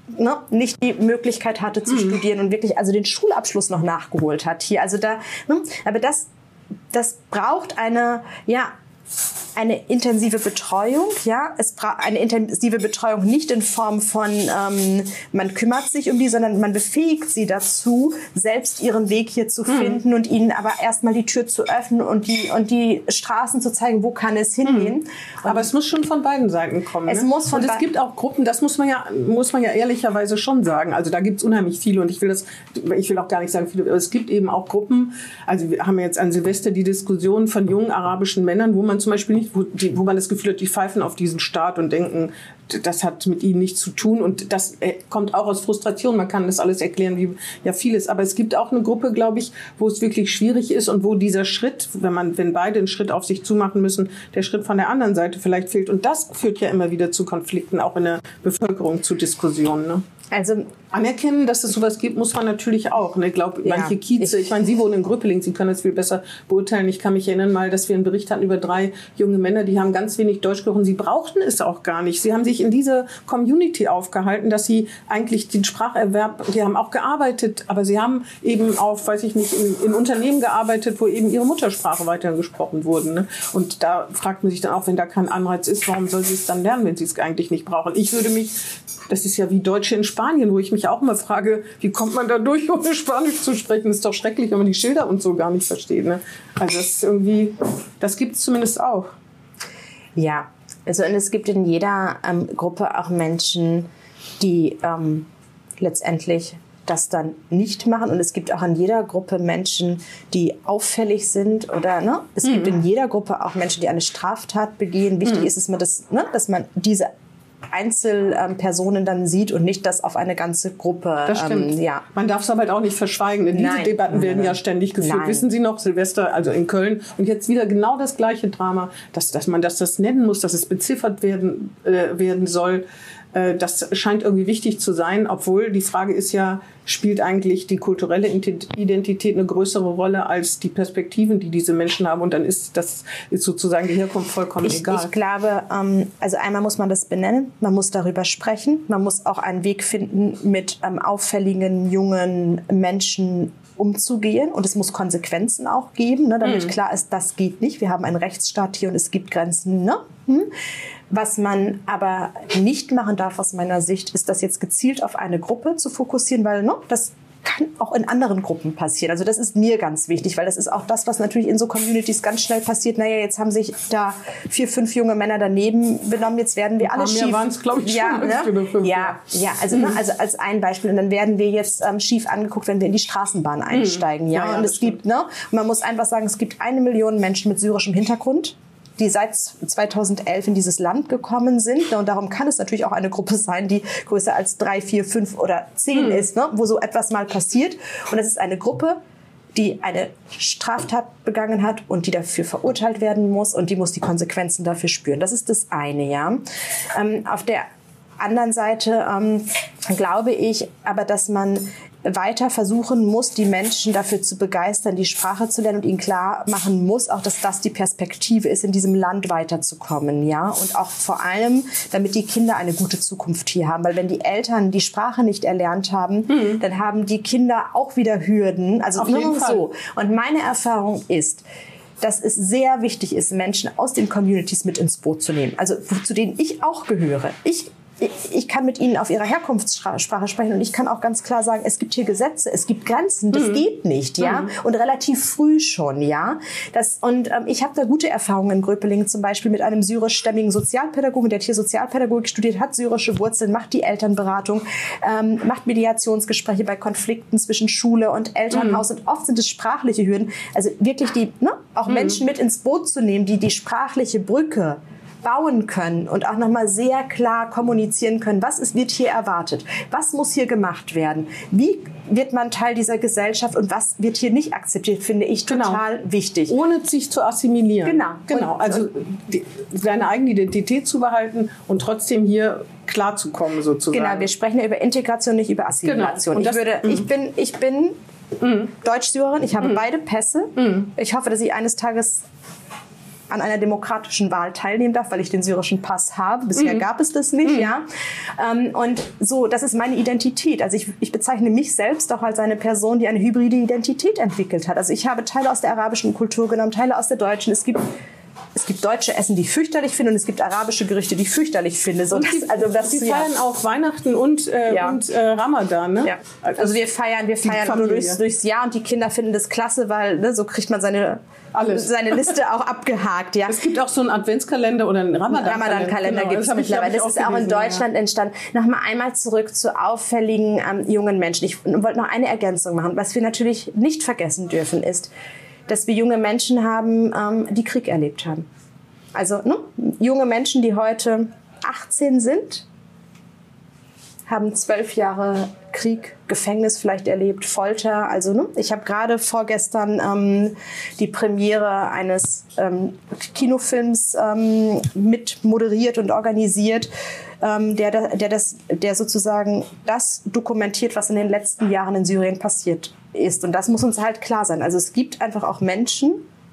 ne, nicht die Möglichkeit hatte zu mhm. studieren und wirklich also den Schulabschluss noch nachgeholt hat hier. Also da, ne, aber das, das braucht eine, ja, eine intensive Betreuung, ja, es braucht eine intensive Betreuung nicht in Form von ähm, man kümmert sich um die, sondern man befähigt sie dazu, selbst ihren Weg hier zu finden mhm. und ihnen aber erstmal die Tür zu öffnen und die und die Straßen zu zeigen, wo kann es hingehen. Mhm. Aber es muss schon von beiden Seiten kommen. Es ne? muss von und es gibt auch Gruppen, das muss man ja muss man ja ehrlicherweise schon sagen. Also da gibt es unheimlich viele und ich will das, ich will auch gar nicht sagen viele, aber es gibt eben auch Gruppen. Also wir haben jetzt an Silvester die Diskussion von jungen arabischen Männern, wo man zum Beispiel nicht Wo, die, wo man das Gefühl hat, die pfeifen auf diesen Staat und denken, das hat mit ihnen nichts zu tun. Und das kommt auch aus Frustration. Man kann das alles erklären, wie ja vieles. Aber es gibt auch eine Gruppe, glaube ich, wo es wirklich schwierig ist und wo dieser Schritt, wenn man, wenn beide einen Schritt auf sich zumachen müssen, der Schritt von der anderen Seite vielleicht fehlt. Und das führt ja immer wieder zu Konflikten, auch in der Bevölkerung, zu Diskussionen. Ne? Also anerkennen, dass es sowas gibt, muss man natürlich auch. Ne? Ich glaube, ja, manche Kieze, ich, ich meine, Sie wohnen in Gröpeling, Sie können das viel besser beurteilen. Ich kann mich erinnern mal, dass wir einen Bericht hatten über drei junge Männer, die haben ganz wenig Deutsch gesprochen. Sie brauchten es auch gar nicht. Sie haben sich in dieser Community aufgehalten, dass sie eigentlich den Spracherwerb, die haben auch gearbeitet, aber sie haben eben auf, weiß ich nicht, in, in Unternehmen gearbeitet, wo eben ihre Muttersprache weiter gesprochen wurde. Ne? Und da fragt man sich dann auch, wenn da kein Anreiz ist, warum soll sie es dann lernen, wenn sie es eigentlich nicht brauchen? Ich würde mich, das ist ja wie Deutsche in Spanien, wo ich mich auch mal frage, wie kommt man da durch, ohne Spanisch zu sprechen? Das ist doch schrecklich, wenn man die Schilder und so gar nicht versteht. Ne? Also das ist irgendwie, das gibt es zumindest auch. Ja, also und es gibt in jeder ähm, Gruppe auch Menschen, die ähm, letztendlich das dann nicht machen. Und es gibt auch in jeder Gruppe Menschen, die auffällig sind. Oder ne? es mhm. gibt in jeder Gruppe auch Menschen, die eine Straftat begehen. Wichtig mhm. ist es, mir das, ne? dass man diese Einzelpersonen dann sieht und nicht das auf eine ganze Gruppe. Das stimmt. Ähm, ja. Man darf es aber halt auch nicht verschweigen. Diese Nein. Debatten werden Nein. ja ständig geführt. Nein. Wissen Sie noch, Silvester, also in Köln, und jetzt wieder genau das gleiche Drama, dass, dass man dass das nennen muss, dass es beziffert werden, äh, werden soll. Äh, das scheint irgendwie wichtig zu sein, obwohl die Frage ist ja, spielt eigentlich die kulturelle Identität eine größere Rolle als die Perspektiven, die diese Menschen haben, und dann ist das ist sozusagen die Herkunft vollkommen ich, egal. Ich glaube, ähm, also einmal muss man das benennen, man muss darüber sprechen, man muss auch einen Weg finden, mit ähm, auffälligen jungen Menschen umzugehen, und es muss Konsequenzen auch geben, ne, damit mhm. klar ist, das geht nicht. Wir haben einen Rechtsstaat hier und es gibt Grenzen. Ne? Hm? Was man aber nicht machen darf aus meiner Sicht, ist das jetzt gezielt auf eine Gruppe zu fokussieren, weil ne, das kann auch in anderen Gruppen passieren. Also das ist mir ganz wichtig, weil das ist auch das, was natürlich in so Communities ganz schnell passiert. Naja, jetzt haben sich da vier, fünf junge Männer daneben benommen, jetzt werden wir alle schief. Mehr waren es, glaube ich, ja, schon. Ne? Fünf, ja, ja, also, mhm. ne, also als ein Beispiel. Und dann werden wir jetzt ähm, schief angeguckt, wenn wir in die Straßenbahn einsteigen. Mhm. Ja? Ja, ja, und es gibt, ne, man muss einfach sagen, es gibt eine Million Menschen mit syrischem Hintergrund, die seit zweitausendelf in dieses Land gekommen sind. Und darum kann es natürlich auch eine Gruppe sein, die größer als drei, vier, fünf oder zehn mhm. ist, ne, wo so etwas mal passiert. Und es ist eine Gruppe, die eine Straftat begangen hat und die dafür verurteilt werden muss, und die muss die Konsequenzen dafür spüren. Das ist das eine, ja. Ähm, auf der anderen Seite ähm, glaube ich aber, dass man weiter versuchen muss, die Menschen dafür zu begeistern, die Sprache zu lernen, und ihnen klar machen muss, auch dass das die Perspektive ist, in diesem Land weiterzukommen, ja, und auch vor allem, damit die Kinder eine gute Zukunft hier haben, weil wenn die Eltern die Sprache nicht erlernt haben, mhm. dann haben die Kinder auch wieder Hürden, also auf jeden Fall. So. Und meine Erfahrung ist, dass es sehr wichtig ist, Menschen aus den Communities mit ins Boot zu nehmen, also zu denen ich auch gehöre. Ich Ich kann mit ihnen auf ihrer Herkunftssprache sprechen, und ich kann auch ganz klar sagen, es gibt hier Gesetze, es gibt Grenzen, das mhm. geht nicht, ja, mhm. und relativ früh schon, ja. Das, und ähm, ich habe da gute Erfahrungen in Gröpeling, zum Beispiel mit einem syrischstämmigen Sozialpädagogen, der hier Sozialpädagogik studiert hat, syrische Wurzeln, macht die Elternberatung, ähm, macht Mediationsgespräche bei Konflikten zwischen Schule und Elternhaus, mhm. und oft sind es sprachliche Hürden, also wirklich die, ne, auch mhm. Menschen mit ins Boot zu nehmen, die die sprachliche Brücke bauen können und auch nochmal sehr klar kommunizieren können, was ist, wird hier erwartet, was muss hier gemacht werden, wie wird man Teil dieser Gesellschaft und was wird hier nicht akzeptiert, finde ich total genau. wichtig. Ohne sich zu assimilieren. Genau. genau. Und, also die, seine eigene Identität zu behalten und trotzdem hier klarzukommen sozusagen. Genau, wir sprechen ja über Integration, nicht über Assimilation. Genau. Ich, das, würde, ich bin, ich bin mm. Deutsch-Syrerin, ich habe mm. beide Pässe. Mm. Ich hoffe, dass ich eines Tages an einer demokratischen Wahl teilnehmen darf, weil ich den syrischen Pass habe. Bisher mhm. gab es das nicht, mhm. ja. Ähm, und so, das ist meine Identität. Also ich, ich bezeichne mich selbst auch als eine Person, die eine hybride Identität entwickelt hat. Also ich habe Teile aus der arabischen Kultur genommen, Teile aus der deutschen. Es gibt Es gibt deutsche Essen, die ich fürchterlich finde, und es gibt arabische Gerichte, die ich fürchterlich finde. So, das, also das, Sie feiern ja. auch Weihnachten und, äh, ja. und äh, Ramadan, ne? Ja. Also wir feiern, wir feiern nur durchs, durchs Jahr, und die Kinder finden das klasse, weil ne, so kriegt man seine, Alles. seine Liste auch abgehakt. Ja. Es gibt auch so einen Adventskalender oder einen Ramadan-Kalender. Ramadan-Kalender genau, gibt es mittlerweile. Das ist auch in Deutschland ja. entstanden. Nochmal einmal zurück zu auffälligen ähm, jungen Menschen. Ich wollte noch eine Ergänzung machen. Was wir natürlich nicht vergessen dürfen, ist, dass wir junge Menschen haben, ähm, die Krieg erlebt haben. Also ne, junge Menschen, die heute achtzehn sind, haben zwölf Jahre Krieg, Gefängnis vielleicht erlebt, Folter. Also ne, ich habe gerade vorgestern ähm, die Premiere eines ähm, Kinofilms ähm, mit moderiert und organisiert, ähm, der, der, das, der sozusagen das dokumentiert, was in den letzten Jahren in Syrien passiert ist. Und das muss uns halt klar sein. Also es gibt einfach auch Menschen,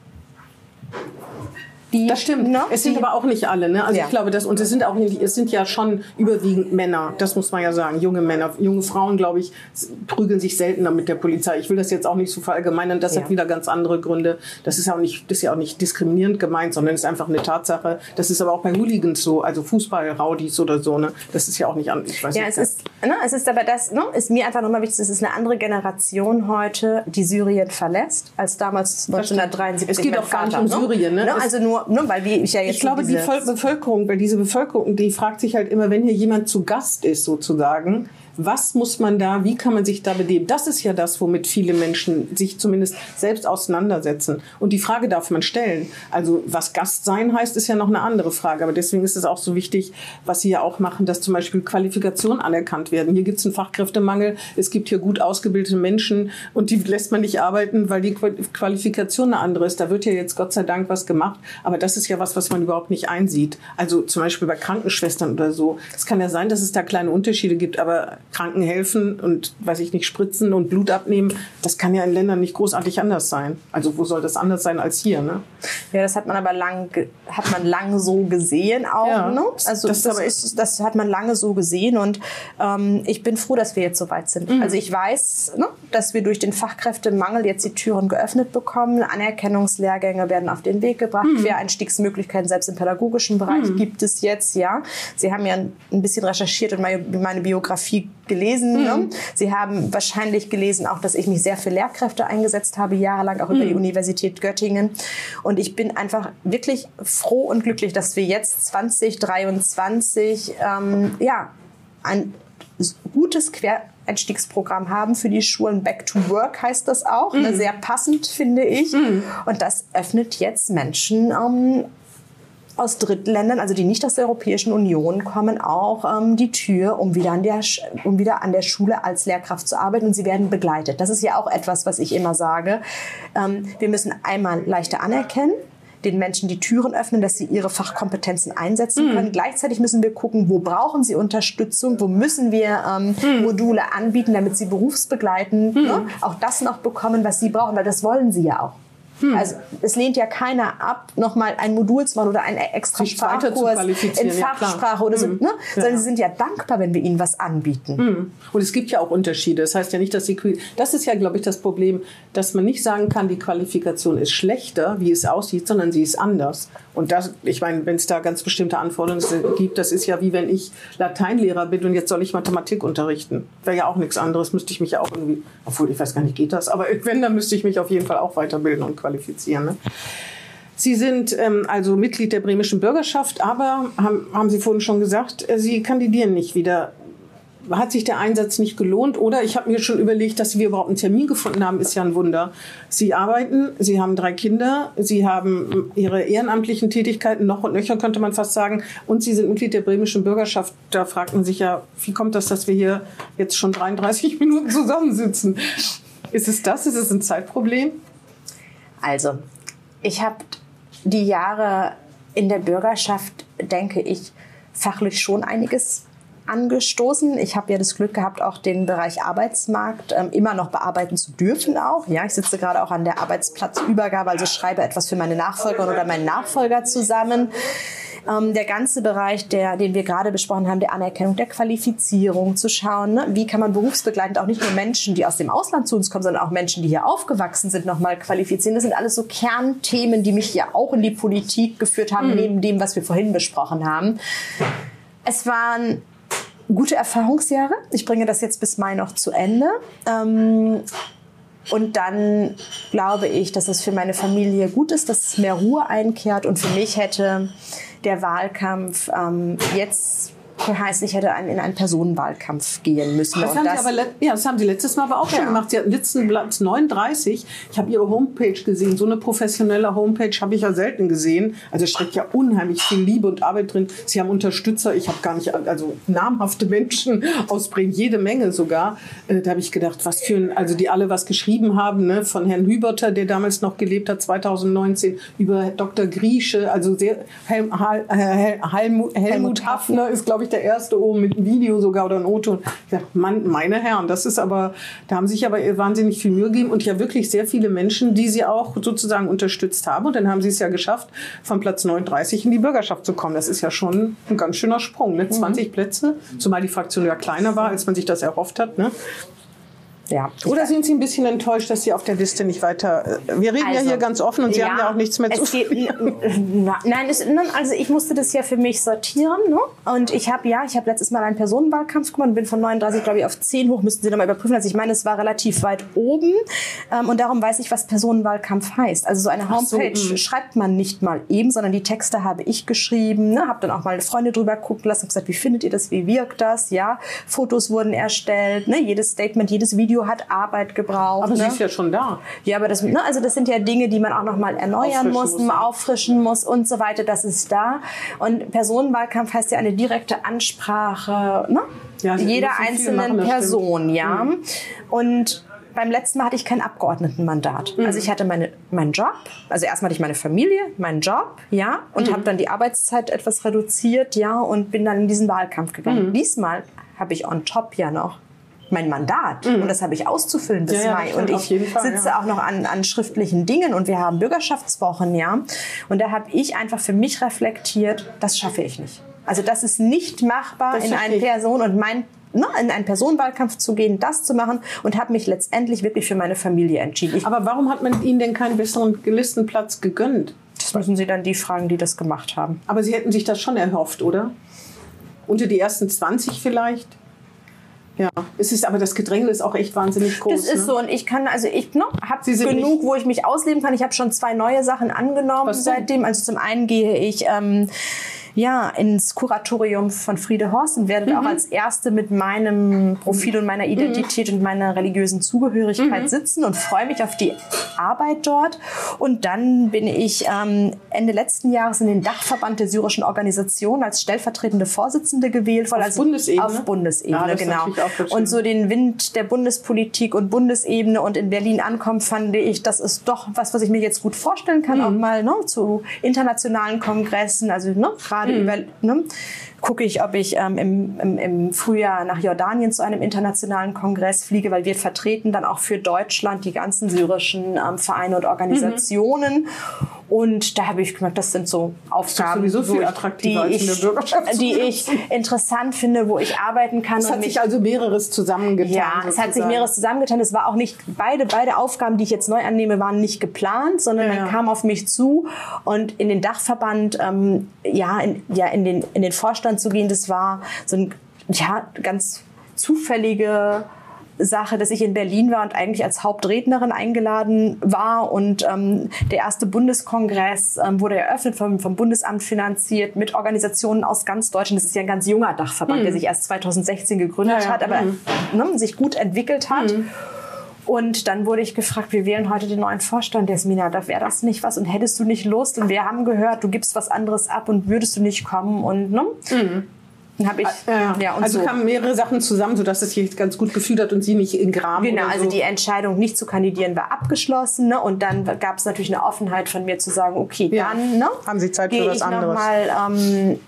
die, das stimmt. Ne? Es sind die, aber auch nicht alle, ne? Also ja. ich glaube, das, und es sind auch nicht, es sind ja schon überwiegend Männer. Das muss man ja sagen. Junge Männer, junge Frauen, glaube ich, prügeln sich seltener mit der Polizei. Ich will das jetzt auch nicht so verallgemeinern. Das ja. hat wieder ganz andere Gründe. Das ist ja auch nicht, das ist ja auch nicht diskriminierend gemeint, sondern es ist einfach eine Tatsache. Das ist aber auch bei Hooligans so, also Fußball-Raudis oder so, ne? Das ist ja auch nicht an, ich weiß ja, nicht. Es ist, ne, es ist aber das, ne, ist mir einfach nochmal wichtig, es ist eine andere Generation heute, die Syrien verlässt, als damals neunzehnhundertdreiundsiebzig. Es geht auch gar nicht um Syrien, ne? ne? Also nur, nur weil wir, ich ja jetzt Ich glaube, die Bevölkerung, weil diese Bevölkerung, die fragt sich halt immer, wenn hier jemand zu Gast ist sozusagen, was muss man da, wie kann man sich da benehmen? Das ist ja das, womit viele Menschen sich zumindest selbst auseinandersetzen. Und die Frage darf man stellen. Also was Gast sein heißt, ist ja noch eine andere Frage. Aber deswegen ist es auch so wichtig, was Sie ja auch machen, dass zum Beispiel Qualifikationen anerkannt werden. Hier gibt es einen Fachkräftemangel. Es gibt hier gut ausgebildete Menschen und die lässt man nicht arbeiten, weil die Qualifikation eine andere ist. Da wird ja jetzt Gott sei Dank was gemacht. Aber das ist ja was, was man überhaupt nicht einsieht. Also zum Beispiel bei Krankenschwestern oder so. Es kann ja sein, dass es da kleine Unterschiede gibt, aber Kranken helfen und, weiß ich nicht, spritzen und Blut abnehmen, das kann ja in Ländern nicht großartig anders sein. Also wo soll das anders sein als hier, ne? Ja, das hat man aber lang, hat man lang so gesehen auch, ja, ne? Also das, das, ist, das hat man lange so gesehen, und ähm, ich bin froh, dass wir jetzt so weit sind. Mhm. Also ich weiß, ne, dass wir durch den Fachkräftemangel jetzt die Türen geöffnet bekommen. Anerkennungslehrgänge werden auf den Weg gebracht. Mhm. Quereinstiegsmöglichkeiten selbst im pädagogischen Bereich mhm. gibt es jetzt, ja. Sie haben ja ein bisschen recherchiert und meine, meine Biografie gelesen. Mhm. Ne? Sie haben wahrscheinlich gelesen auch, dass ich mich sehr für Lehrkräfte eingesetzt habe, jahrelang auch mhm. über die Universität Göttingen. Und ich bin einfach wirklich froh und glücklich, dass wir jetzt zwanzig dreiundzwanzig ähm, ja, ein gutes Quereinstiegsprogramm haben für die Schulen. Back to Work heißt das auch. Mhm. Sehr passend, finde ich. Mhm. Und das öffnet jetzt Menschen ähm, aus Drittländern, also die nicht aus der Europäischen Union kommen, auch ähm, die Tür, um wieder, an der, um wieder an der Schule als Lehrkraft zu arbeiten, und sie werden begleitet. Das ist ja auch etwas, was ich immer sage. Ähm, wir müssen einmal leichter anerkennen, den Menschen die Türen öffnen, dass sie ihre Fachkompetenzen einsetzen können. Mhm. Gleichzeitig müssen wir gucken, wo brauchen sie Unterstützung, wo müssen wir ähm, mhm. Module anbieten, damit sie berufsbegleitend mhm. ne, auch das noch bekommen, was sie brauchen, weil das wollen sie ja auch. Hm. Also es lehnt ja keiner ab, nochmal ein Modul zu machen oder einen extra Sprachkurs in Fachsprache ja, oder so, hm. ne? Ja. Sondern sie sind ja dankbar, wenn wir ihnen was anbieten. Hm. Und es gibt ja auch Unterschiede. Das heißt ja nicht, dass die, das ist ja, glaube ich, das Problem, dass man nicht sagen kann, die Qualifikation ist schlechter, wie es aussieht, sondern sie ist anders. Und das, ich meine, wenn es da ganz bestimmte Anforderungen gibt, das ist ja wie wenn ich Lateinlehrer bin und jetzt soll ich Mathematik unterrichten. Wäre ja auch nichts anderes, müsste ich mich ja auch irgendwie, obwohl ich weiß gar nicht, geht das, aber wenn, dann müsste ich mich auf jeden Fall auch weiterbilden und qualifizieren. Ne? Sie sind ähm, also Mitglied der bremischen Bürgerschaft, aber, haben, haben Sie vorhin schon gesagt, äh, Sie kandidieren nicht wieder. Hat sich der Einsatz nicht gelohnt? Oder ich habe mir schon überlegt, dass wir überhaupt einen Termin gefunden haben, ist ja ein Wunder. Sie arbeiten, Sie haben drei Kinder, Sie haben Ihre ehrenamtlichen Tätigkeiten noch und nöcher, könnte man fast sagen, und Sie sind Mitglied der bremischen Bürgerschaft. Da fragt man sich ja, wie kommt das, dass wir hier jetzt schon dreiunddreißig Minuten zusammensitzen? Ist es das? Ist es ein Zeitproblem? Also, ich habe die Jahre in der Bürgerschaft, denke ich, fachlich schon einiges angestoßen. Ich habe ja das Glück gehabt, auch den Bereich Arbeitsmarkt ähm, immer noch bearbeiten zu dürfen auch. Ja, ich sitze gerade auch an der Arbeitsplatzübergabe, also schreibe etwas für meine Nachfolgerin oder meinen Nachfolger zusammen. Ähm, der ganze Bereich, der, den wir gerade besprochen haben, der Anerkennung, der Qualifizierung, zu schauen, ne, wie kann man berufsbegleitend auch nicht nur Menschen, die aus dem Ausland zu uns kommen, sondern auch Menschen, die hier aufgewachsen sind, nochmal qualifizieren. Das sind alles so Kernthemen, die mich ja auch in die Politik geführt haben, mhm. neben dem, was wir vorhin besprochen haben. Es waren gute Erfahrungsjahre. Ich bringe das jetzt bis Mai noch zu Ende. Ähm, Und dann glaube ich, dass es für meine Familie gut ist, dass mehr Ruhe einkehrt. Und für mich hätte der Wahlkampf ähm, jetzt heißt, ich hätte einen, in einen Personenwahlkampf gehen müssen. Das, und haben das, Sie aber, ja, das haben Sie letztes Mal aber auch schon ja. gemacht. Sie hatten letzten Platz neununddreißig. Ich habe Ihre Homepage gesehen. So eine professionelle Homepage habe ich ja selten gesehen. Also es steckt ja unheimlich viel Liebe und Arbeit drin. Sie haben Unterstützer. Ich habe gar nicht, also namhafte Menschen aus Bremen, jede Menge sogar. Äh, da habe ich gedacht, was für ein, also die alle was geschrieben haben, ne, von Herrn Hüberter, der damals noch gelebt hat, zweitausendneunzehn, über Doktor Griesche, also sehr, Hel, Hel, Hel, Helmut, Helmut Hafner ist, glaube ich, der erste oben mit einem Video sogar oder ein O-Ton. Ich dachte, Mann, meine Herren, das ist aber, da haben sich aber wahnsinnig viel Mühe gegeben und ja wirklich sehr viele Menschen, die sie auch sozusagen unterstützt haben. Und dann haben sie es ja geschafft, von Platz neununddreißig in die Bürgerschaft zu kommen. Das ist ja schon ein ganz schöner Sprung, ne? zwanzig mhm. Plätze, zumal die Fraktion ja kleiner war, als man sich das erhofft hat, ne? Ja. Oder sind Sie ein bisschen enttäuscht, dass Sie auf der Liste nicht weiter... Wir reden also, ja hier ganz offen und Sie ja, haben ja auch nichts mehr zu sagen. Nein, es, also ich musste das ja für mich sortieren. Ne? Und ich habe ja, ich habe letztes Mal einen Personenwahlkampf gemacht und bin von neununddreißig, glaube ich, auf zehn hoch. Müssten Sie nochmal überprüfen. Also ich meine, es war relativ weit oben. Ähm, und darum weiß ich, was Personenwahlkampf heißt. Also so eine Homepage so, schreibt man nicht mal eben, sondern die Texte habe ich geschrieben. Ne? Habe dann auch mal Freunde drüber gucken lassen und gesagt, wie findet ihr das, wie wirkt das? Ja, Fotos wurden erstellt. Ne? Jedes Statement, jedes Video hat Arbeit gebraucht. Aber ne? sie ist ja schon da. Ja, aber das, ne, also das sind ja Dinge, die man auch noch mal erneuern muss, muss, auffrischen muss und so weiter. Das ist da. Und Personenwahlkampf heißt ja eine direkte Ansprache, ne? Ja, jeder einzelnen machen, Person, stimmt. ja. Mhm. Und beim letzten Mal hatte ich kein Abgeordnetenmandat. Mhm. Also ich hatte meine, meinen Job, also erstmal hatte ich meine Familie, meinen Job, ja, und mhm. habe dann die Arbeitszeit etwas reduziert, ja, und bin dann in diesen Wahlkampf gegangen. Mhm. Diesmal habe ich on top ja noch mein Mandat. Mhm. Und das habe ich auszufüllen bis ja, Mai. Ja, und ich Fall, sitze ja. auch noch an, an schriftlichen Dingen und wir haben Bürgerschaftswochen, ja. Und da habe ich einfach für mich reflektiert, das schaffe ich nicht. Also das ist nicht machbar, das in eine Person und mein Ne, in einen Personenwahlkampf zu gehen, das zu machen und habe mich letztendlich wirklich für meine Familie entschieden. Ich Aber warum hat man Ihnen denn keinen besseren Listenplatz gegönnt? Das müssen Sie dann die fragen, die das gemacht haben. Aber Sie hätten sich das schon erhofft, oder? Unter die ersten zwanzig vielleicht? Ja, es ist, aber das Gedränge ist auch echt wahnsinnig groß. Das ist ne? so und ich kann, also ich ne, habe genug, wo ich mich ausleben kann. Ich habe schon zwei neue Sachen angenommen seitdem. Also zum einen gehe ich ähm, ja, ins Kuratorium von Friede Horst und werde mhm. auch als Erste mit meinem Profil und meiner Identität mhm. und meiner religiösen Zugehörigkeit mhm. sitzen und freue mich auf die Arbeit dort. Und dann bin ich ähm, Ende letzten Jahres in den Dachverband der syrischen Organisation als stellvertretende Vorsitzende gewählt. Auf also Bundesebene? Auf Bundesebene, ja, genau. Und so den Wind der Bundespolitik und Bundesebene und in Berlin ankommen, fand ich, das ist doch was, was ich mir jetzt gut vorstellen kann, mhm. auch mal ne, zu internationalen Kongressen, also ne, gerade Mhm. Über, ne, gucke ich, ob ich ähm, im, im, im Frühjahr nach Jordanien zu einem internationalen Kongress fliege, weil wir vertreten dann auch für Deutschland die ganzen syrischen ähm, Vereine und Organisationen. Mhm. Und da habe ich gemerkt, das sind so Aufgaben, das ist sowieso viel attraktiver als in der Bürgerschaft, die ich interessant finde, wo ich arbeiten kann. Es hat sich also mehreres zusammengetan. Ja, sozusagen. Es hat sich mehreres zusammengetan. Es war auch nicht, beide, beide Aufgaben, die ich jetzt neu annehme, waren nicht geplant, sondern ja, man kam auf mich zu und in den Dachverband, ähm, ja, in, ja, in den, in den Vorstand zu gehen, das war so ein, ja, ganz zufällige Sache, dass ich in Berlin war und eigentlich als Hauptrednerin eingeladen war und ähm, der erste Bundeskongress ähm, wurde eröffnet, vom, vom Bundesamt finanziert, mit Organisationen aus ganz Deutschland. Das ist ja ein ganz junger Dachverband, mhm. der sich erst zweitausendsechzehn gegründet ja, ja. hat, aber mhm. ne, sich gut entwickelt hat. Mhm. Und dann wurde ich gefragt, wir wählen heute den neuen Vorstand, Jasmina, da wäre das nicht was und hättest du nicht Lust und wir haben gehört, du gibst was anderes ab und würdest du nicht kommen und ne? Mhm. Hab ich, ja, ja. Und also so. Kamen mehrere Sachen zusammen, sodass es sich ganz gut gefühlt hat und sie nicht in Gram Genau, oder so. Also die Entscheidung, nicht zu kandidieren, war abgeschlossen. Ne? Und dann gab es natürlich eine Offenheit von mir zu sagen, okay, ja. dann ne, haben Sie Zeit für was ich anderes. Noch mal, ähm, ne,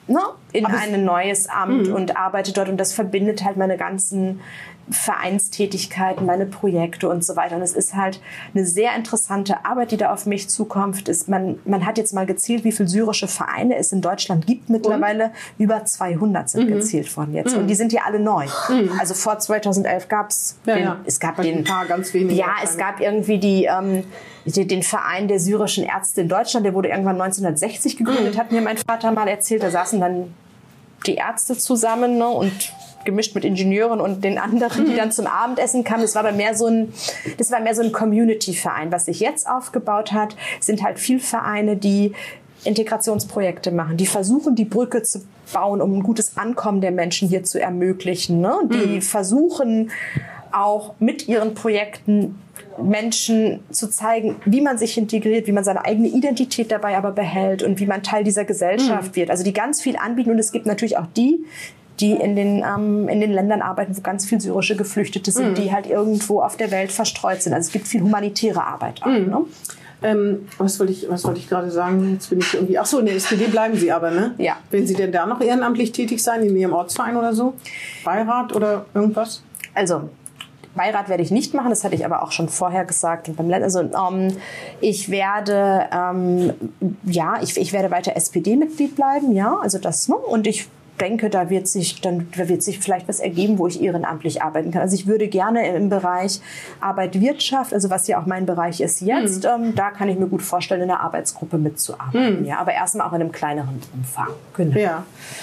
in Aber ein neues Amt Mhm. und arbeite dort. Und das verbindet halt meine ganzen Vereinstätigkeiten, meine Projekte und so weiter. Und es ist halt eine sehr interessante Arbeit, die da auf mich zukommt. Ist man, man hat jetzt mal gezählt, wie viele syrische Vereine es in Deutschland gibt. Mittlerweile und? über zweihundert sind mhm. gezählt worden jetzt. Mhm. Und die sind ja alle neu. Mhm. Also vor zweitausendelf gab's ja, den, ja. es gab Vielleicht den, ein paar ganz wenige. ja, es gab irgendwie die, ähm, die, den Verein der syrischen Ärzte in Deutschland. Der wurde irgendwann neunzehnhundertsechzig gegründet, mhm. hat mir mein Vater mal erzählt. Da saßen dann die Ärzte zusammen, ne, und gemischt mit Ingenieuren und den anderen, die dann zum Abendessen kamen. Das war aber mehr so ein, das war mehr so ein Community-Verein. Was sich jetzt aufgebaut hat, sind halt viele Vereine, die Integrationsprojekte machen, die versuchen, die Brücke zu bauen, um ein gutes Ankommen der Menschen hier zu ermöglichen. Ne? Die mhm. versuchen auch mit ihren Projekten Menschen zu zeigen, wie man sich integriert, wie man seine eigene Identität dabei aber behält und wie man Teil dieser Gesellschaft mhm. wird. Also die ganz viel anbieten, und es gibt natürlich auch die, die in den, ähm, in den Ländern arbeiten, wo ganz viel syrische Geflüchtete sind, mhm. die halt irgendwo auf der Welt verstreut sind. Also es gibt viel humanitäre Arbeit auch. Mhm. Ne? Ähm, was wollte ich, was wollte ich gerade sagen? Jetzt bin ich irgendwie. Ach so, in der S P D bleiben Sie aber, ne? Ja. Wenn Sie denn da noch ehrenamtlich tätig sein, in Ihrem Ortsverein oder so? Beirat oder irgendwas? Also, Beirat werde ich nicht machen, das hatte ich aber auch schon vorher gesagt. Und beim Land, also, ähm, ich werde, ähm, ja, ich, ich werde weiter S P D-Mitglied bleiben, ja, also das, ne? Und ich denke, da wird sich dann da wird sich vielleicht was ergeben, wo ich ehrenamtlich arbeiten kann. Also ich würde gerne im Bereich Arbeit, Wirtschaft, also was ja auch mein Bereich ist jetzt, hm. ähm, da kann ich mir gut vorstellen, in einer Arbeitsgruppe mitzuarbeiten. Hm. Ja, aber erstmal auch in einem kleineren Umfang. Genau. Ja.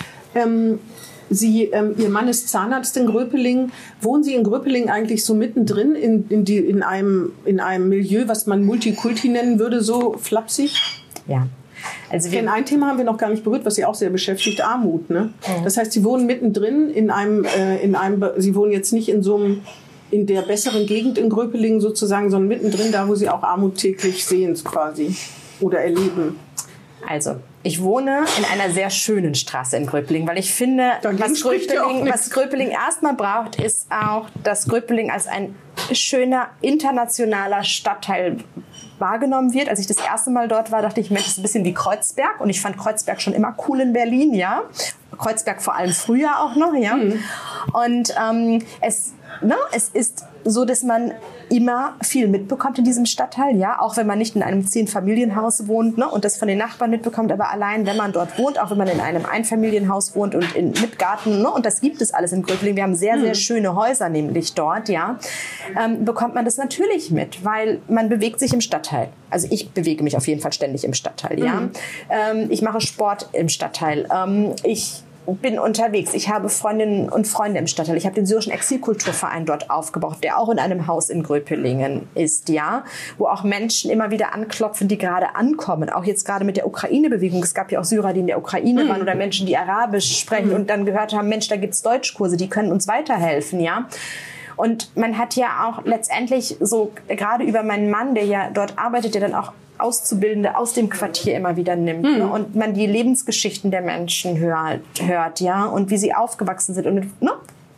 Ähm, Sie, ähm, Ihr Mann ist Zahnarzt in Gröpeling. Wohnen Sie in Gröpeling eigentlich so mittendrin in, in, die, in, einem, in einem Milieu, was man Multikulti nennen würde, so flapsig? Ja. Also wir Denn ein Thema haben wir noch gar nicht berührt, was Sie auch sehr beschäftigt, Armut. Ne? Mhm. Das heißt, Sie wohnen mittendrin in einem, äh, in einem, Sie wohnen jetzt nicht in so einem, in der besseren Gegend in Gröpeling sozusagen, sondern mittendrin da, wo Sie auch Armut täglich sehen quasi oder erleben. Also, ich wohne in einer sehr schönen Straße in Gröpeling, weil ich finde, was Gröpeling, was Gröpeling erstmal braucht, ist auch, dass Gröpeling als ein schöner internationaler Stadtteil wahrgenommen wird. Als ich das erste Mal dort war, dachte ich, Mensch, das ist ein bisschen wie Kreuzberg. Und ich fand Kreuzberg schon immer cool in Berlin, ja. Kreuzberg vor allem früher auch noch, ja. Mhm. Und ähm, es, ne, es ist so, dass man immer viel mitbekommt in diesem Stadtteil, ja, auch wenn man nicht in einem Zehn-Familienhaus wohnt, ne, und das von den Nachbarn mitbekommt, aber allein, wenn man dort wohnt, auch wenn man in einem Einfamilienhaus wohnt und in, mit Garten, ne, und das gibt es alles in Gröpeling, wir haben sehr, sehr schöne Häuser nämlich dort, ja, ähm, bekommt man das natürlich mit, weil man bewegt sich im Stadtteil. Also ich bewege mich auf jeden Fall ständig im Stadtteil, ja. Mhm. Ähm, ich mache Sport im Stadtteil. Ähm, ich bin unterwegs. Ich habe Freundinnen und Freunde im Stadtteil. Ich habe den syrischen Exilkulturverein dort aufgebaut, der auch in einem Haus in Gröpelingen ist, ja, wo auch Menschen immer wieder anklopfen, die gerade ankommen. Auch jetzt gerade mit der Ukraine-Bewegung. Es gab ja auch Syrer, die in der Ukraine mhm. waren oder Menschen, die Arabisch sprechen mhm. und dann gehört haben, Mensch, da gibt's Deutschkurse, die können uns weiterhelfen, ja. Und man hat ja auch letztendlich so, gerade über meinen Mann, der ja dort arbeitet, der dann auch Auszubildende aus dem Quartier immer wieder nimmt, hm. ne? Und man die Lebensgeschichten der Menschen hört, hört, ja, und wie sie aufgewachsen sind und mit, ne?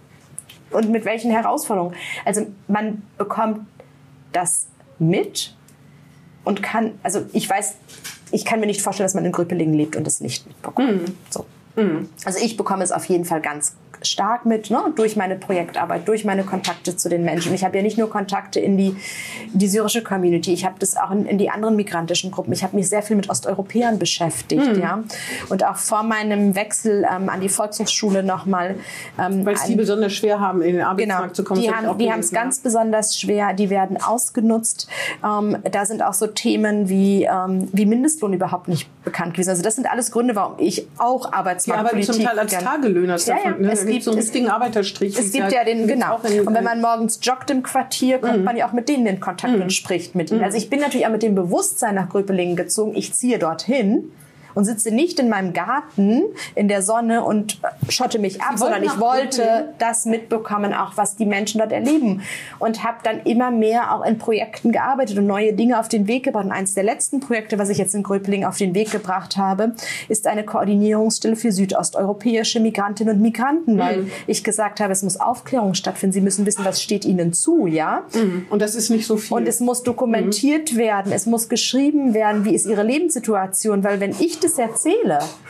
und mit welchen Herausforderungen. Also man bekommt das mit und kann, also ich weiß, ich kann mir nicht vorstellen, dass man in Gröpelingen lebt und es nicht mitbekommt. Hm. So. Hm. Also ich bekomme es auf jeden Fall ganz stark mit, ne, durch meine Projektarbeit, durch meine Kontakte zu den Menschen. Ich habe ja nicht nur Kontakte in die, die syrische Community, ich habe das auch in, in die anderen migrantischen Gruppen. Ich habe mich sehr viel mit Osteuropäern beschäftigt, mhm. ja. Und auch vor meinem Wechsel ähm, an die Volkshochschule nochmal. Ähm, Weil es die besonders schwer haben, in den Arbeitsmarkt genau, zu kommen. Die haben die haben es ganz besonders schwer, die werden ausgenutzt. Ähm, da sind auch so Themen wie, ähm, wie Mindestlohn überhaupt nicht bekannt gewesen. Also das sind alles Gründe, warum ich auch Arbeitsmarktpolitik... Die arbeiten zum Teil als Tagelöhner. Ja, ja. Ne? Es gibt so einen richtigen Arbeiterstrich. Es gibt ja den, genau. Und wenn man morgens joggt im Quartier, kommt mhm. man ja auch mit denen in Kontakt mhm. und spricht mit ihnen. Also ich bin natürlich auch mit dem Bewusstsein nach Gröpelingen gezogen, ich ziehe dorthin und sitze nicht in meinem Garten in der Sonne und schotte mich ab, sondern ich wollte das mitbekommen, auch was die Menschen dort erleben. Und habe dann immer mehr auch in Projekten gearbeitet und neue Dinge auf den Weg gebracht. Und eines der letzten Projekte, was ich jetzt in Gröpelingen auf den Weg gebracht habe, ist eine Koordinierungsstelle für südosteuropäische Migrantinnen und Migranten, mhm. weil ich gesagt habe, es muss Aufklärung stattfinden. Sie müssen wissen, was steht ihnen zu, ja. Mhm. Und das ist nicht so viel. Und es muss dokumentiert mhm. werden, es muss geschrieben werden, wie ist ihre Lebenssituation, weil wenn ich das erzähle,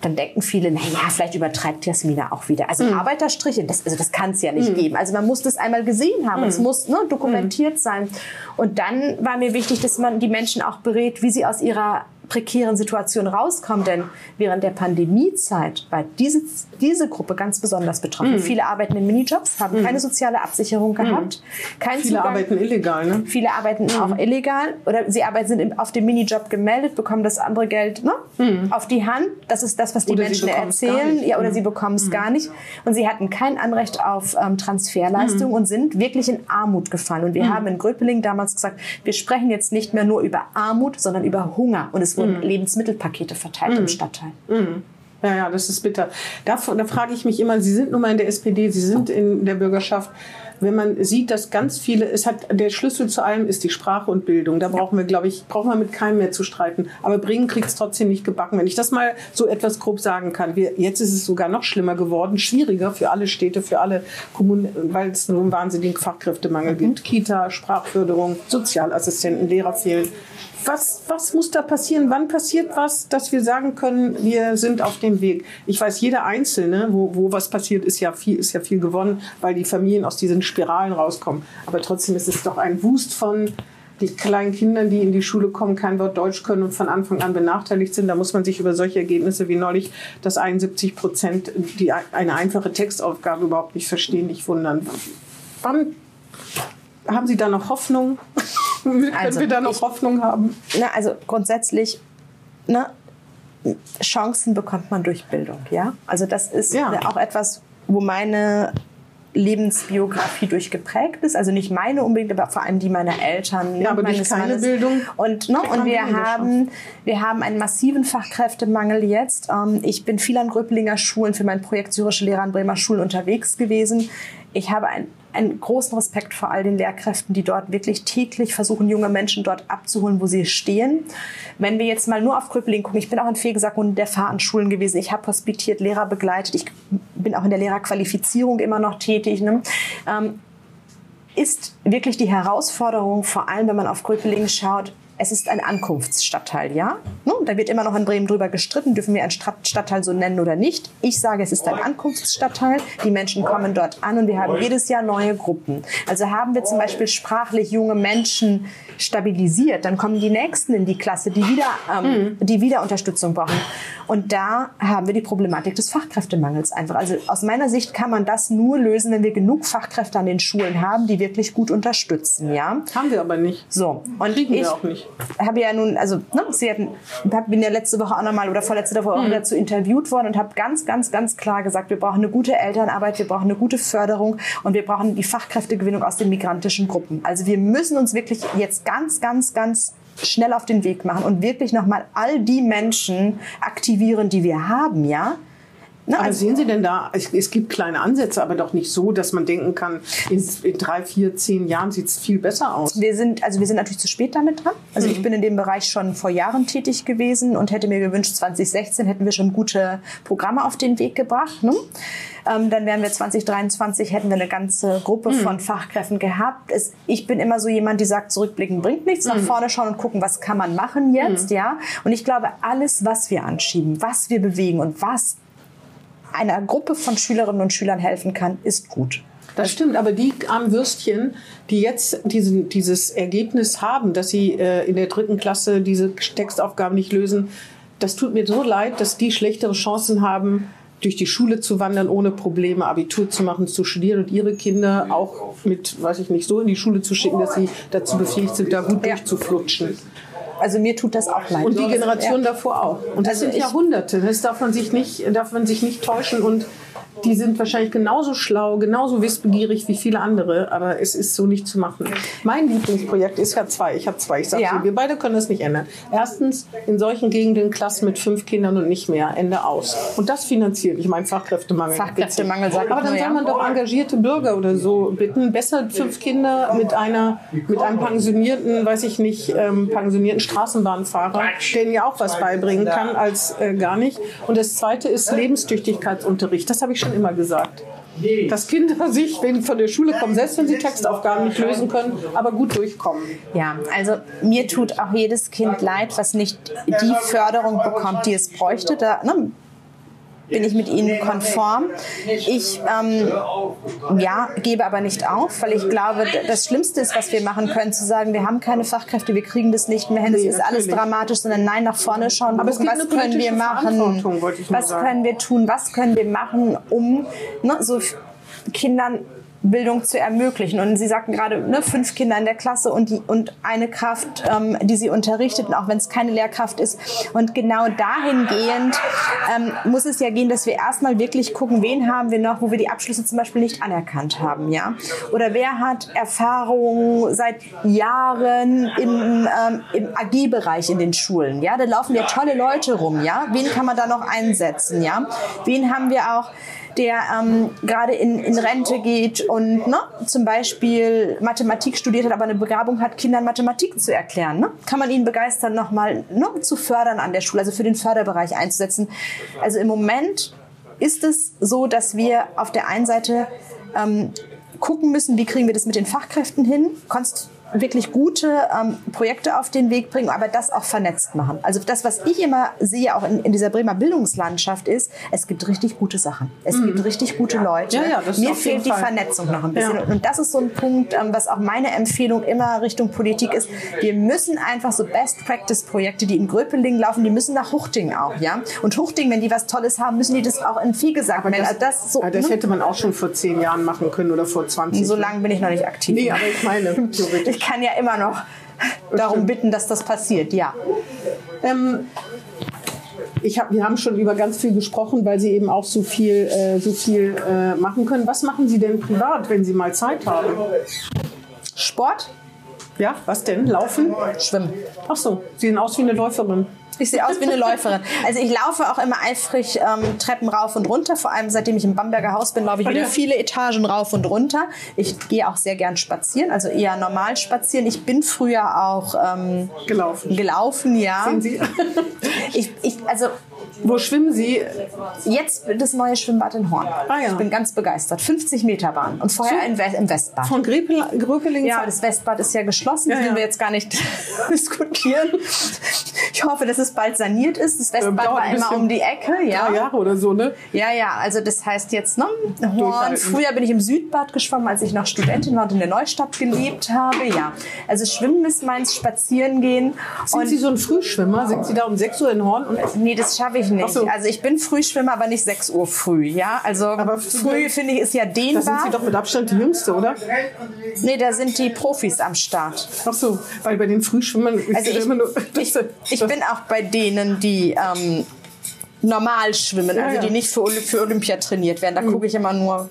dann denken viele, naja, vielleicht übertreibt Jasmina auch wieder. Also mhm. Arbeiterstriche, das, also das kann es ja nicht mhm. geben. Also man muss das einmal gesehen haben. Mhm. Es muss ne, dokumentiert mhm. sein. Und dann war mir wichtig, dass man die Menschen auch berät, wie sie aus ihrer prekären Situation rauskommen. Denn während der Pandemiezeit war diese, diese Gruppe ganz besonders betroffen. Mhm. Viele arbeiten in Minijobs, haben mhm. keine soziale Absicherung gehabt. Mhm. Kein viele Zugang. arbeiten illegal, ne? Viele arbeiten mhm. auch illegal. Oder sie arbeiten, sind auf dem Minijob gemeldet, bekommen das andere Geld ne? mhm. auf die Hand. Das ist das, was die oder Menschen erzählen. Ja, oder mhm. sie bekommen es mhm. gar nicht. Und sie hatten kein Anrecht auf ähm, Transferleistung mhm. und sind wirklich in Armut gefallen. Und wir mhm. haben in Gröpeling damals gesagt, wir sprechen jetzt nicht mehr nur über Armut, sondern über Hunger. Und es wurden mhm. Lebensmittelpakete verteilt mhm. im Stadtteil. Mhm. Ja, ja, das ist bitter. Da, da frage ich mich immer, Sie sind nun mal in der S P D, Sie sind in der Bürgerschaft. Wenn man sieht, dass ganz viele, es hat, der Schlüssel zu allem ist die Sprache und Bildung. Da brauchen wir, glaube ich, brauchen wir mit keinem mehr zu streiten. Aber Bremen kriegt es trotzdem nicht gebacken. Wenn ich das mal so etwas grob sagen kann. Wir, jetzt ist es sogar noch schlimmer geworden, schwieriger für alle Städte, für alle Kommunen, weil es so einen wahnsinnigen Fachkräftemangel gibt. Kita, Sprachförderung, Sozialassistenten, Lehrer fehlen. Was, was muss da passieren? Wann passiert was, dass wir sagen können, wir sind auf dem Weg? Ich weiß, jeder Einzelne, wo, wo was passiert, ist ja viel, ist ja viel gewonnen, weil die Familien aus diesen Spiralen rauskommen. Aber trotzdem ist es doch ein Wust von die kleinen Kindern, die in die Schule kommen, kein Wort Deutsch können und von Anfang an benachteiligt sind. Da muss man sich über solche Ergebnisse wie neulich, dass einundsiebzig Prozent die eine einfache Textaufgabe überhaupt nicht verstehen, nicht wundern. Wann haben Sie da noch Hoffnung? Können also, wir da noch ich, Hoffnung haben? Na, also grundsätzlich, ne, Chancen bekommt man durch Bildung. Ja? Also das ist ja. auch etwas, wo meine Lebensbiografie durchgeprägt ist. Also nicht meine unbedingt, aber vor allem die meiner Eltern. Ja, aber durch keine Mannes. Bildung. Und, ne, und wir, haben, wir haben einen massiven Fachkräftemangel jetzt. Ich bin viel an Gröpelinger Schulen für mein Projekt Syrische Lehrer an Bremer Schulen unterwegs gewesen. Ich habe ein einen großen Respekt vor all den Lehrkräften, die dort wirklich täglich versuchen, junge Menschen dort abzuholen, wo sie stehen. Wenn wir jetzt mal nur auf Gröpeling gucken, ich bin auch in Fegesack und der Fahr an Schulen gewesen, ich habe hospitiert, Lehrer begleitet, ich bin auch in der Lehrerqualifizierung immer noch tätig. Ne? Ähm, ist wirklich die Herausforderung, vor allem wenn man auf Gröpeling schaut, es ist ein Ankunftsstadtteil, ja? Da wird immer noch in Bremen drüber gestritten, dürfen wir einen Stadtteil so nennen oder nicht. Ich sage, es ist ein Ankunftsstadtteil. Die Menschen kommen dort an und wir haben jedes Jahr neue Gruppen. Also haben wir zum Beispiel sprachlich junge Menschen stabilisiert, dann kommen die Nächsten in die Klasse, die wieder, ähm, die wieder Unterstützung brauchen. Und da haben wir die Problematik des Fachkräftemangels einfach. Also aus meiner Sicht kann man das nur lösen, wenn wir genug Fachkräfte an den Schulen haben, die wirklich gut unterstützen, ja? Haben wir aber nicht. So. Und kriegen ich wir auch nicht. Habe ja nun, also, ne, Sie hatten, bin ja letzte Woche auch nochmal oder vorletzte Woche auch mhm. dazu interviewt worden und habe ganz, ganz, ganz klar gesagt, wir brauchen eine gute Elternarbeit, wir brauchen eine gute Förderung und wir brauchen die Fachkräftegewinnung aus den migrantischen Gruppen. Also wir müssen uns wirklich jetzt ganz, ganz, ganz schnell auf den Weg machen und wirklich nochmal all die Menschen aktivieren, die wir haben, ja. Na, also sehen Sie denn da, es, es gibt kleine Ansätze, aber doch nicht so, dass man denken kann, in, in drei, vier, zehn Jahren sieht es viel besser aus. Wir sind, also wir sind natürlich zu spät damit dran. Also mhm. ich bin in dem Bereich schon vor Jahren tätig gewesen und hätte mir gewünscht, zwanzig sechzehn hätten wir schon gute Programme auf den Weg gebracht. Ne? Ähm, dann wären wir zwanzig dreiundzwanzig, hätten wir eine ganze Gruppe mhm. von Fachkräften gehabt. Es, ich bin immer so jemand, die sagt, zurückblicken bringt nichts, mhm. nach vorne schauen und gucken, was kann man machen jetzt. Mhm. Ja? Und ich glaube, alles, was wir anschieben, was wir bewegen und was einer Gruppe von Schülerinnen und Schülern helfen kann, ist gut. Das stimmt, aber die armen Würstchen, die jetzt diesen, dieses Ergebnis haben, dass sie äh, in der dritten Klasse diese Textaufgaben nicht lösen, das tut mir so leid, dass die schlechtere Chancen haben, durch die Schule zu wandern, ohne Probleme Abitur zu machen, zu studieren und ihre Kinder auch mit, weiß ich nicht, so in die Schule zu schicken, dass sie dazu befähigt sind, da gut ja. durchzuflutschen. Also mir tut das auch leid. Und die Generation ja. davor auch. Und das also sind Jahrhunderte. Das darf man sich nicht, darf man sich nicht täuschen. Und die sind wahrscheinlich genauso schlau, genauso wissbegierig wie viele andere. Aber es ist so nicht zu machen. Mein Lieblingsprojekt ist ja zwei. Ich habe zwei. Ich sage, ja. wir beide können das nicht ändern. Erstens, in solchen Gegenden Klassen mit fünf Kindern und nicht mehr. Ende aus. Und das finanziert. Ich meine Fachkräftemangel. Fachkräftemangel, sagt Aber dann soll man doch engagierte Bürger oder so bitten. Besser fünf Kinder mit einer, mit einem pensionierten, weiß ich nicht, ähm, pensionierten Straßenbahnfahrer, der ihnen ja auch was beibringen kann, als äh, gar nicht. Und das Zweite ist Lebenstüchtigkeitsunterricht. Das habe ich schon immer gesagt. Dass Kinder sich, wenn sie von der Schule kommen, selbst wenn sie Textaufgaben nicht lösen können, aber gut durchkommen. Ja, also mir tut auch jedes Kind leid, was nicht die Förderung bekommt, die es bräuchte. Da, ne, bin ich mit ihnen konform. Ich ähm, ja, gebe aber nicht auf, weil ich glaube, das Schlimmste ist, was wir machen können, zu sagen, wir haben keine Fachkräfte, wir kriegen das nicht mehr hin, es Nee, ist alles natürlich. dramatisch, sondern nein, nach vorne schauen, Aber es gucken, gibt was eine können wir politische machen, Verantwortung, wollte ich nur was sagen. können wir tun, was können wir machen, um ne, so Kindern Bildung zu ermöglichen. Und Sie sagten gerade, ne, fünf Kinder in der Klasse und, die, und eine Kraft, ähm, die sie unterrichtet, und auch wenn es keine Lehrkraft ist. Und genau dahingehend ähm, muss es ja gehen, dass wir erstmal wirklich gucken, wen haben wir noch, wo wir die Abschlüsse zum Beispiel nicht anerkannt haben. Ja? Oder wer hat Erfahrung seit Jahren im, ähm, im A G-Bereich in den Schulen. Ja? Da laufen ja tolle Leute rum. Ja? Wen kann man da noch einsetzen? Ja? Wen haben wir auch, der ähm, gerade in, in Rente geht und ne, zum Beispiel Mathematik studiert hat, aber eine Begabung hat, Kindern Mathematik zu erklären. Ne? Kann man ihn begeistern, nochmal ne, zu fördern an der Schule, also für den Förderbereich einzusetzen. Also im Moment ist es so, dass wir auf der einen Seite ähm, gucken müssen, wie kriegen wir das mit den Fachkräften hin, konst wirklich gute ähm, Projekte auf den Weg bringen, aber das auch vernetzt machen. Also das, was ich immer sehe, auch in, in dieser Bremer Bildungslandschaft, ist, es gibt richtig gute Sachen. Es mhm. gibt richtig gute Leute. Ja, ja, das Mir auf jeden fehlt die Fall. Vernetzung noch ein bisschen. Ja. Und das ist so ein Punkt, ähm, was auch meine Empfehlung immer Richtung Politik ist. Wir müssen einfach so Best-Practice-Projekte, die in Gröpelingen laufen, die müssen nach Huchting auch. Ja? Und Huchting, wenn die was Tolles haben, müssen die das auch in Viehgesagt melden. Also das, so, Aber das ne? hätte man auch schon vor zehn Jahren machen können oder vor zwanzig. So lange bin ich noch nicht aktiv. Nee, aber ich meine, theoretisch. Ich kann ja immer noch darum bitten, dass das passiert, ja. Ähm, ich hab, wir haben schon über ganz viel gesprochen, weil Sie eben auch so viel, äh, so viel äh, machen können. Was machen Sie denn privat, wenn Sie mal Zeit haben? Sport, Ja, was denn? Laufen? Schwimmen. Ach so, Sie sehen aus wie eine Läuferin. Ich sehe aus wie eine Läuferin. Also ich laufe auch immer eifrig ähm, Treppen rauf und runter. Vor allem seitdem ich im Bamberger Haus bin, laufe ich wieder viele Etagen rauf und runter. Ich gehe auch sehr gern spazieren, also eher normal spazieren. Ich bin früher auch ähm, Gelaufen. gelaufen, ja. Sehen Sie? Ich, ich, also Wo schwimmen Sie? jetzt das neue Schwimmbad in Horn. Ah, ja. Ich bin ganz begeistert. fünfzig Meter Bahn und vorher So? im, We im Westbad. Von Gröpel- Gröpelingen? Ja, das Westbad ist ja geschlossen, Ja, das werden ja. wir jetzt gar nicht diskutieren. Ich hoffe, dass es bald saniert ist. Das Westbad dauert war ein immer bisschen. um die Ecke. Ja. Drei Jahre oder so, ne? ja, ja, also das heißt jetzt, ne, Horn. Durchhalten. Früher bin ich im Südbad geschwommen, als ich noch Studentin war und in der Neustadt gelebt habe. Ja, also Schwimmen ist meins, spazieren gehen. Sind Sie so ein Frühschwimmer? Sind Sie da um sechs Uhr in Horn? Und Nee, das schaffe ich nicht. Ach so. Also ich bin Frühschwimmer, aber nicht sechs Uhr früh. Ja, also Aber früh finde ich ist ja da sind dehnbar. Sie doch mit Abstand die Jüngste, oder? Nee, da sind die Profis am Start. Ach so, weil bei den Frühschwimmern ist Also ja ich, immer nur... ich, ich bin auch bei denen, die ähm, normal schwimmen, Ja, also ja. die nicht für, Oly- für Olympia trainiert werden. Da gucke ich immer nur,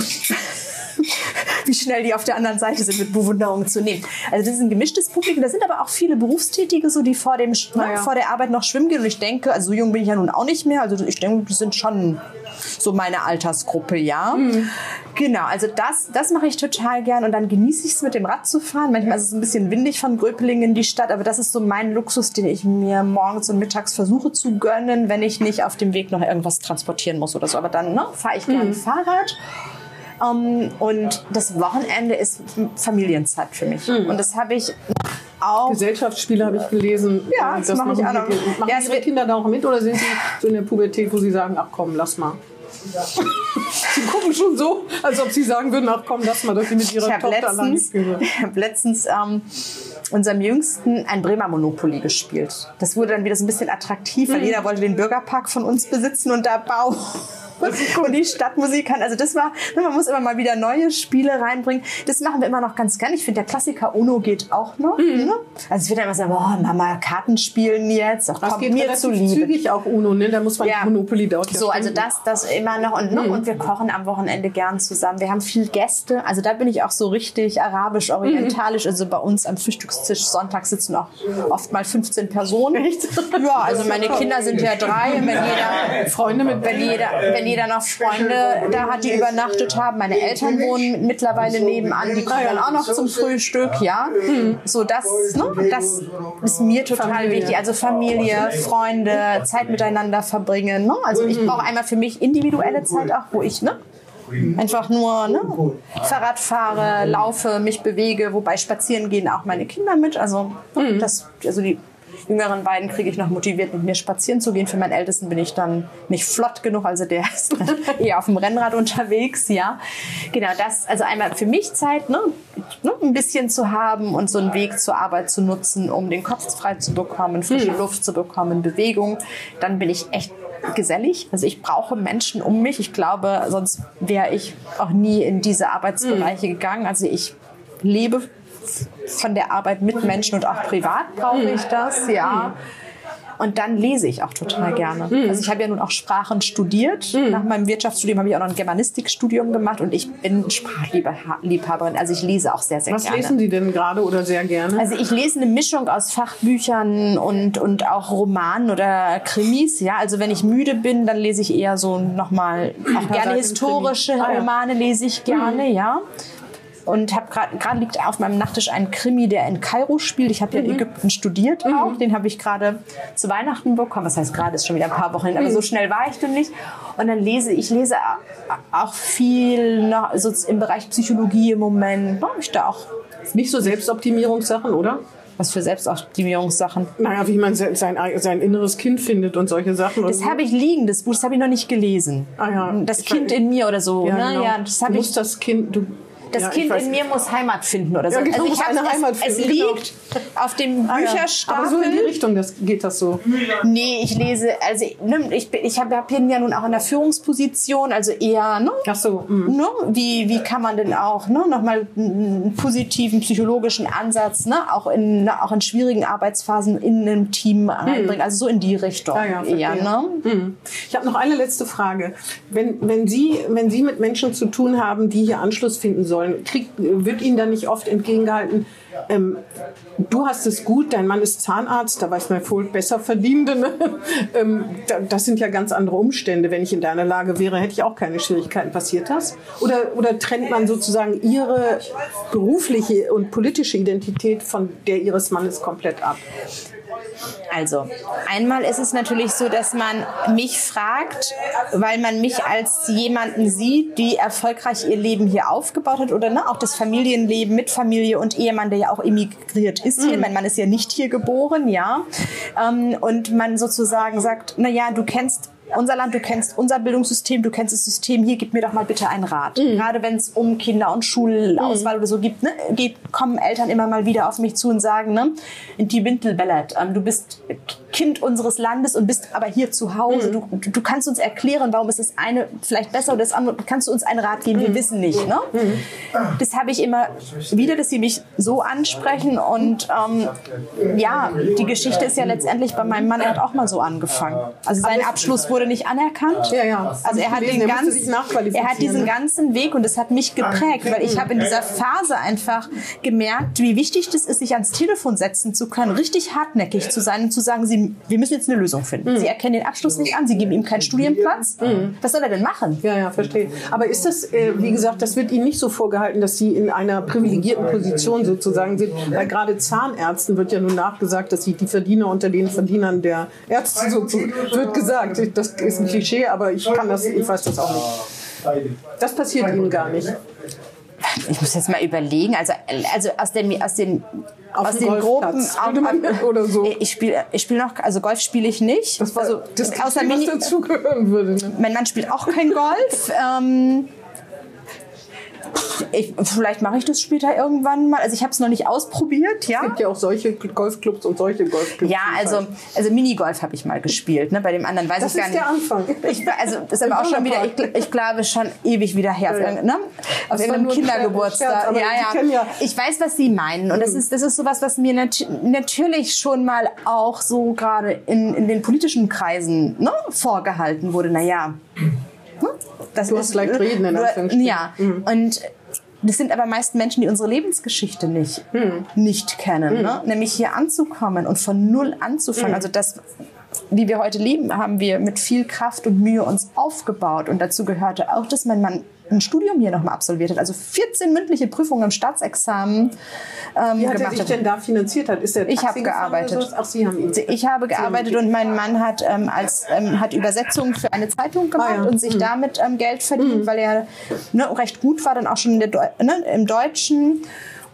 wie schnell die auf der anderen Seite sind, mit Bewunderung zu nehmen. Also das ist ein gemischtes Publikum. Da sind aber auch viele Berufstätige, so die vor, dem, Na ja. vor der Arbeit noch schwimmen gehen. Und ich denke, also so jung bin ich ja nun auch nicht mehr. Also ich denke, die sind schon so meine Altersgruppe, ja. Mhm. Genau, also das, das mache ich total gern. Und dann genieße ich es, mit dem Rad zu fahren. Manchmal ist es ein bisschen windig von Gröpelingen in die Stadt, aber das ist so mein Luxus, den ich mir morgens und mittags versuche zu gönnen, wenn ich nicht auf dem Weg noch irgendwas transportieren muss oder so. Aber dann ne, fahre ich gerne Fahrrad. Um, und das Wochenende ist Familienzeit für mich. Mhm. Und das habe ich auch. Gesellschaftsspiele habe ich gelesen. Ja, das mache ich machen auch noch. Sie- Machen Ja, es Ihre wird- Kinder da auch mit oder sind Sie so in der Pubertät, wo Sie sagen, ach komm, lass mal? Sie gucken schon so, als ob Sie sagen würden, ach komm, lass mal, dass Sie mit Ihrer Ich habe Tochter allein letztens, spielen. ich hab letztens ähm, unserem Jüngsten ein Bremer Monopoly gespielt. Das wurde dann wieder so ein bisschen attraktiv, weil jeder wollte den Bürgerpark von uns besitzen und da bauen. Und die Stadtmusik kann, also das war, man muss immer mal wieder neue Spiele reinbringen. Das machen wir immer noch ganz gern. Ich finde, der Klassiker Uno geht auch noch. Mhm. Ne? Also es wird dann immer so, boah, Mama, Karten spielen jetzt. Ach, Das kommt geht mir relativ zu Liebe. zügig auch Uno, ne? Da muss man Ja. Monopoly dauert ja So, also Stunden. das, das immer noch und, ne? und wir kochen am Wochenende gern zusammen. Wir haben viel Gäste, also da bin ich auch so richtig arabisch-orientalisch. Also bei uns am Frühstückstisch Sonntag sitzen auch oft mal fünfzehn Personen. Echt? Ja, also meine Kinder sind ja drei. Wenn jeder, Freunde mit wenn jeder, wenn jeder noch Freunde da hat, die übernachtet haben. Meine Eltern wohnen mittlerweile nebenan, die kommen dann auch noch zum Frühstück, ja. So, das, ne? Das ist mir total Familie. wichtig. Also Familie, Freunde, Zeit miteinander verbringen. Ne? Also ich brauche einmal für mich individuelle Zeit auch, wo ich ne, einfach nur ne, Fahrrad fahre, laufe, mich bewege, wobei spazieren gehen auch meine Kinder mit. Also, das, also die jüngeren beiden kriege ich noch motiviert, mit mir spazieren zu gehen. Für meinen Ältesten bin ich dann nicht flott genug, also der ist eher auf dem Rennrad unterwegs, ja. Genau, das, also einmal für mich Zeit, ne, ne, ein bisschen zu haben und so einen Weg zur Arbeit zu nutzen, um den Kopf frei zu bekommen, frische Luft zu bekommen, Bewegung. Dann bin ich echt gesellig. Also ich brauche Menschen um mich. Ich glaube, sonst wäre ich auch nie in diese Arbeitsbereiche mhm. gegangen. Also ich lebe von der Arbeit mit Menschen und auch privat brauche ich das, ja. Und dann lese ich auch total gerne. Mhm. Also ich habe ja nun auch Sprachen studiert. Mhm. Nach meinem Wirtschaftsstudium habe ich auch noch ein Germanistikstudium gemacht und ich bin Sprachliebhaberin. Also ich lese auch sehr, sehr Was gerne. Was lesen Sie denn gerade oder sehr gerne? Also ich lese eine Mischung aus Fachbüchern und, und auch Romanen oder Krimis. Ja, also wenn ich müde bin, dann lese ich eher so nochmal, auch gerne historische ah, ja. Romane lese ich gerne, mhm. ja. Und habe gerade liegt auf meinem Nachttisch ein Krimi, der in Kairo spielt. Ich habe ja in mhm. Ägypten studiert mhm. auch. Den habe ich gerade zu Weihnachten bekommen. Was heißt gerade, ist schon wieder ein paar Wochen hin, aber mhm. so schnell war ich denn nicht. Und dann lese ich lese auch viel noch so im Bereich Psychologie im Moment. Habe ich da auch nicht so Selbstoptimierungssachen, oder? Was für Selbstoptimierungssachen? Naja, wie man sein, sein inneres Kind findet und solche Sachen. Das habe ich liegen, das Buch, das habe ich noch nicht gelesen. Ah, ja. Das Kind in mir oder so. Ja, ne? genau. Ja, das habe ich. Das Kind, du Das ja, Kind in mir muss Heimat finden oder so. Ja, genau, also ich eine es, Heimat es finden, liegt genau. auf dem ah, Bücherstapel. Ja. Aber so in die Richtung das, geht das so? Nee, ich lese, also ne, ich, ich hab, bin ja nun auch in der Führungsposition, also eher, ne? Ach so. Mhm. Ne, wie, wie kann man denn auch ne, nochmal einen positiven psychologischen Ansatz, ne, auch, in, ne, auch in schwierigen Arbeitsphasen in einem Team reinbringen, mhm. also so in die Richtung. Ah, ja, eher, ne? Mhm. Ich habe noch eine letzte Frage. Wenn, wenn, Sie, wenn Sie mit Menschen zu tun haben, die hier Anschluss finden sollen, kriegt wird Ihnen dann nicht oft entgegengehalten, ähm, du hast es gut, dein Mann ist Zahnarzt, da weiß man wohl besser Verdienende. Ne? ähm, das sind ja ganz andere Umstände. Wenn ich in deiner Lage wäre, hätte ich auch keine Schwierigkeiten. Passiert das? Oder, oder trennt man sozusagen Ihre berufliche und politische Identität von der Ihres Mannes komplett ab? Also, einmal ist es natürlich so, dass man mich fragt, weil man mich als jemanden sieht, die erfolgreich ihr Leben hier aufgebaut hat oder ne, auch das Familienleben mit Familie und Ehemann, der ja auch emigriert ist hier. Mhm. Mein Mann ist ja nicht hier geboren, ja. Ähm, und man sozusagen sagt, na ja, du kennst unser Land, du kennst unser Bildungssystem, du kennst das System hier, gib mir doch mal bitte einen Rat. Mhm. Gerade wenn es um Kinder- und Schulauswahl mhm. oder so gibt, ne, geht, kommen Eltern immer mal wieder auf mich zu und sagen, ne, die Wintelbellet, ähm, du bist Kind unseres Landes und bist aber hier zu Hause. Mhm. Du, du kannst uns erklären, warum ist das eine vielleicht besser oder das andere. Kannst du uns einen Rat geben? Mhm. Wir wissen nicht. Ne? Mhm. Das habe ich immer wieder, dass sie mich so ansprechen und ähm, ja, die Geschichte ist ja letztendlich bei meinem Mann, er hat auch mal so angefangen. Also sein Abschluss wurde nicht anerkannt. Ja, ja. Also er hat, den ganz, er hat diesen ganzen Weg und das hat mich geprägt, weil ich habe in dieser Phase einfach gemerkt, wie wichtig das ist, sich ans Telefon setzen zu können, richtig hartnäckig zu sein und zu sagen, sie, wir müssen jetzt eine Lösung finden. Mhm. Sie erkennen den Abschluss nicht an, sie geben ihm keinen Studienplatz. Mhm. Was soll er denn machen? Ja, ja, verstehe. Aber ist das, äh, wie gesagt, das wird Ihnen nicht so vorgehalten, dass Sie in einer privilegierten Position sozusagen sind, weil gerade Zahnärzten wird ja nun nachgesagt, dass sie die Verdiener unter den Verdienern der Ärzte sozusagen, wird gesagt. Das ist ein Klischee, aber ich kann das, ich weiß das auch nicht. Das passiert Ihnen gar nicht. Ich muss jetzt mal überlegen, also, also aus den, aus den, Auf aus den Gruppen, oder so. Ich spiele ich spiel noch, also Golf spiele ich nicht. Das war also, das Klischee, außer was dazugehören würde. Ne? Mein Mann spielt auch kein Golf. ähm, Ich, vielleicht mache ich das später irgendwann mal. Also ich habe es noch nicht ausprobiert. Ja? Es gibt ja auch solche Golfclubs und solche Golfclubs. Ja, also, also Minigolf habe ich mal gespielt. Ne? Bei dem anderen weiß das ich gar nicht. Das ist der Anfang. Ich, also das ist aber auch schon wieder, ich, ich glaube schon ewig wieder her. Ja, ja. Ne? Auf irgendeinem Kindergeburtstag. Scherz, ja, ja. ja. Ich weiß, was Sie meinen. Und das ist, das ist sowas, was mir nat- natürlich schon mal auch so gerade in, in den politischen Kreisen ne, vorgehalten wurde. Naja, das du ist, hast leicht reden in Anführungsstrichen. Ja, mhm. Und das sind aber meist Menschen, die unsere Lebensgeschichte nicht, hm. nicht kennen. Hm. Ne? Nämlich hier anzukommen und von Null anzufangen. Hm. Also das, wie wir heute leben, haben wir mit viel Kraft und Mühe uns aufgebaut. Und dazu gehörte auch, dass mein Mann ein Studium hier nochmal absolviert hat. Also vierzehn mündliche Prüfungen im Staatsexamen ähm, Wie hat gemacht er sich denn da finanziert? Hat? Ist der ich habe gearbeitet. Ach, Sie haben ihn. Ich habe gearbeitet und mein Mann hat, ähm, als, ähm, hat Übersetzungen für eine Zeitung gemacht ah, ja. und sich mhm. damit ähm, Geld verdient, mhm. weil er ne, recht gut war, dann auch schon in der Deu- ne, im Deutschen.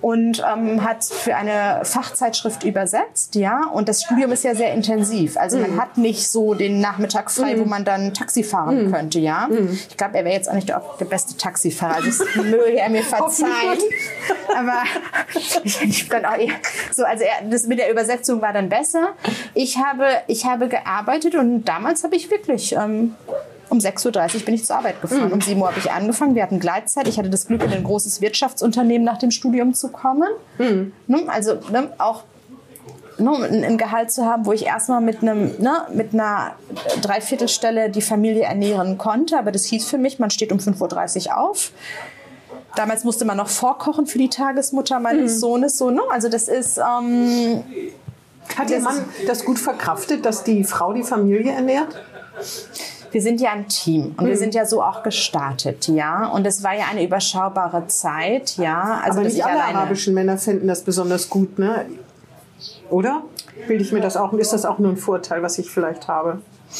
und ähm, hat für eine Fachzeitschrift übersetzt, ja. Und das Studium ist ja sehr intensiv. Also man hat nicht so den Nachmittag frei, wo man dann Taxi fahren könnte, ja. Ich glaube, er wäre jetzt auch nicht der, der beste Taxifahrer. Also das möge er mir verzeihen. Aber ich, ich bin auch eher so, also er, das mit der Übersetzung war dann besser. Ich habe, ich habe gearbeitet und damals habe ich wirklich ähm, um sechs Uhr dreißig bin ich zur Arbeit gefahren. Mhm. Um sieben Uhr habe ich angefangen. Wir hatten Gleitzeit. Ich hatte das Glück, in ein großes Wirtschaftsunternehmen nach dem Studium zu kommen. Mhm. Also ne, auch ne, ein Gehalt zu haben, wo ich erstmal mit, einem, ne, mit einer Dreiviertelstelle die Familie ernähren konnte. Aber das hieß für mich, man steht um fünf Uhr dreißig auf. Damals musste man noch vorkochen für die Tagesmutter meines mhm. Sohnes. So, ne? Also das ist... Ähm, Hat Ihr Mann das gut verkraftet, dass die Frau die Familie ernährt? Wir sind ja ein Team und mhm. wir sind ja so auch gestartet, ja. Und es war ja eine überschaubare Zeit, ja. Also aber nicht alle alleine arabischen Männer finden das besonders gut, ne? Oder? Bilde ich mir das auch? Ist das auch nur ein Vorteil, was ich vielleicht habe?